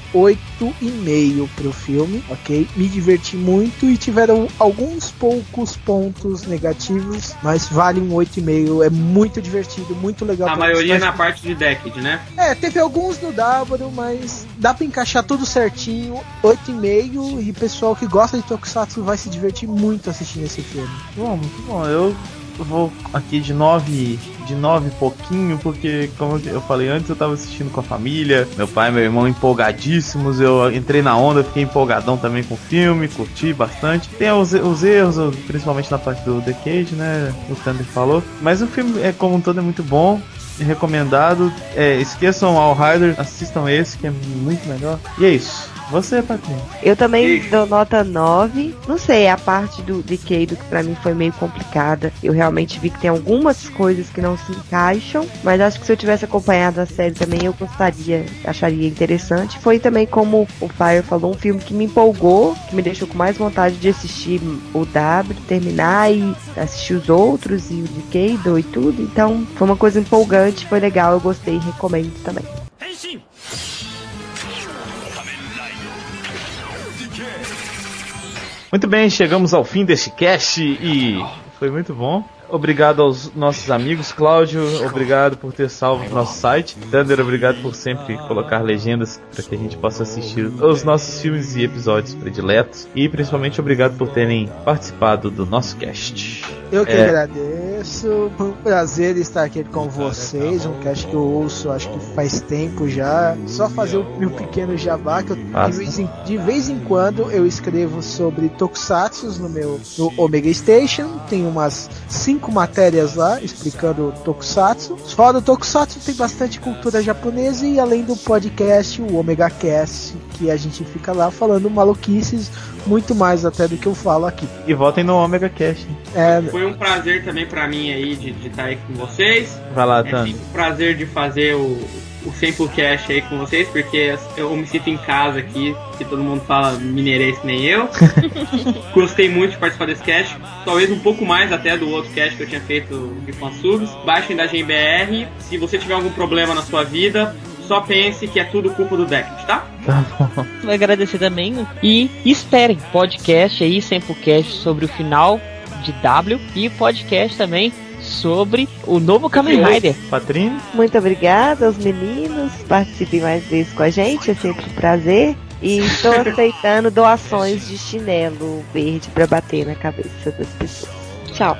8,5 pro filme, ok? Me diverti muito e tiveram alguns poucos pontos negativos, mas vale um 8,5. É muito divertido, muito legal. A maioria na parte de Decade, né? Teve alguns no W, mas dá pra encaixar tudo certinho. 8,5, e pessoal que gosta de Tokusatsu vai se divertir muito assistindo esse filme. Bom, muito bom. Eu vou aqui de 9 e pouquinho, porque como eu falei antes, eu tava assistindo com a família, meu pai e meu irmão empolgadíssimos, eu entrei na onda, fiquei empolgadão também com o filme, curti bastante. Tem os erros, principalmente na parte do Decade, né, o Thunder falou, mas o filme como um todo é muito bom, recomendado. Esqueçam All Rider, assistam esse que é muito melhor. E é isso. Você, Patrícia? Eu também dou nota 9. Não sei, a parte do Decade que pra mim foi meio complicada. Eu realmente vi que tem algumas coisas que não se encaixam, mas acho que se eu tivesse acompanhado a série também eu acharia interessante. Foi também, como o Fire falou, um filme que me empolgou, que me deixou com mais vontade de assistir o W, terminar e assistir os outros e o Decade e tudo. Então foi uma coisa empolgante, foi legal, eu gostei, recomendo também. Muito bem, chegamos ao fim deste cast e foi muito bom. Obrigado aos nossos amigos. Cláudio, obrigado por ter salvo o nosso site. Thunder, obrigado por sempre colocar legendas para que a gente possa assistir os nossos filmes e episódios prediletos. E principalmente obrigado por terem participado do nosso cast. Eu que agradeço, foi um prazer estar aqui com vocês, um cast que eu ouço acho que faz tempo já, só fazer o meu pequeno jabá, que eu, de vez em quando eu escrevo sobre Tokusatsu no Omega Station, tem umas 5 matérias lá explicando Tokusatsu, fora do Tokusatsu tem bastante cultura japonesa e além do podcast, o Omega Cast, que a gente fica lá falando maluquices, muito mais até do que eu falo aqui. E votem no Omega Cast. Foi um prazer também pra mim aí de estar aí com vocês. Vai lá, É sempre um prazer de fazer o Samplecast aí com vocês, porque eu me sinto em casa aqui, que todo mundo fala mineirês que nem eu. Gostei muito de participar desse cast, talvez um pouco mais até do outro cast que eu tinha feito de fansubs. Baixem da GBR, se você tiver algum problema na sua vida, só pense que é tudo culpa do Deckard, tá? Tá bom. Vou agradecer também e esperem podcast aí, Samplecast sobre o final de W e podcast também sobre o novo Kamen Rider. Patrícia? Muito obrigada aos meninos, participem mais vezes com a gente, é sempre um prazer. E estou aceitando doações de chinelo verde para bater na cabeça das pessoas. Tchau.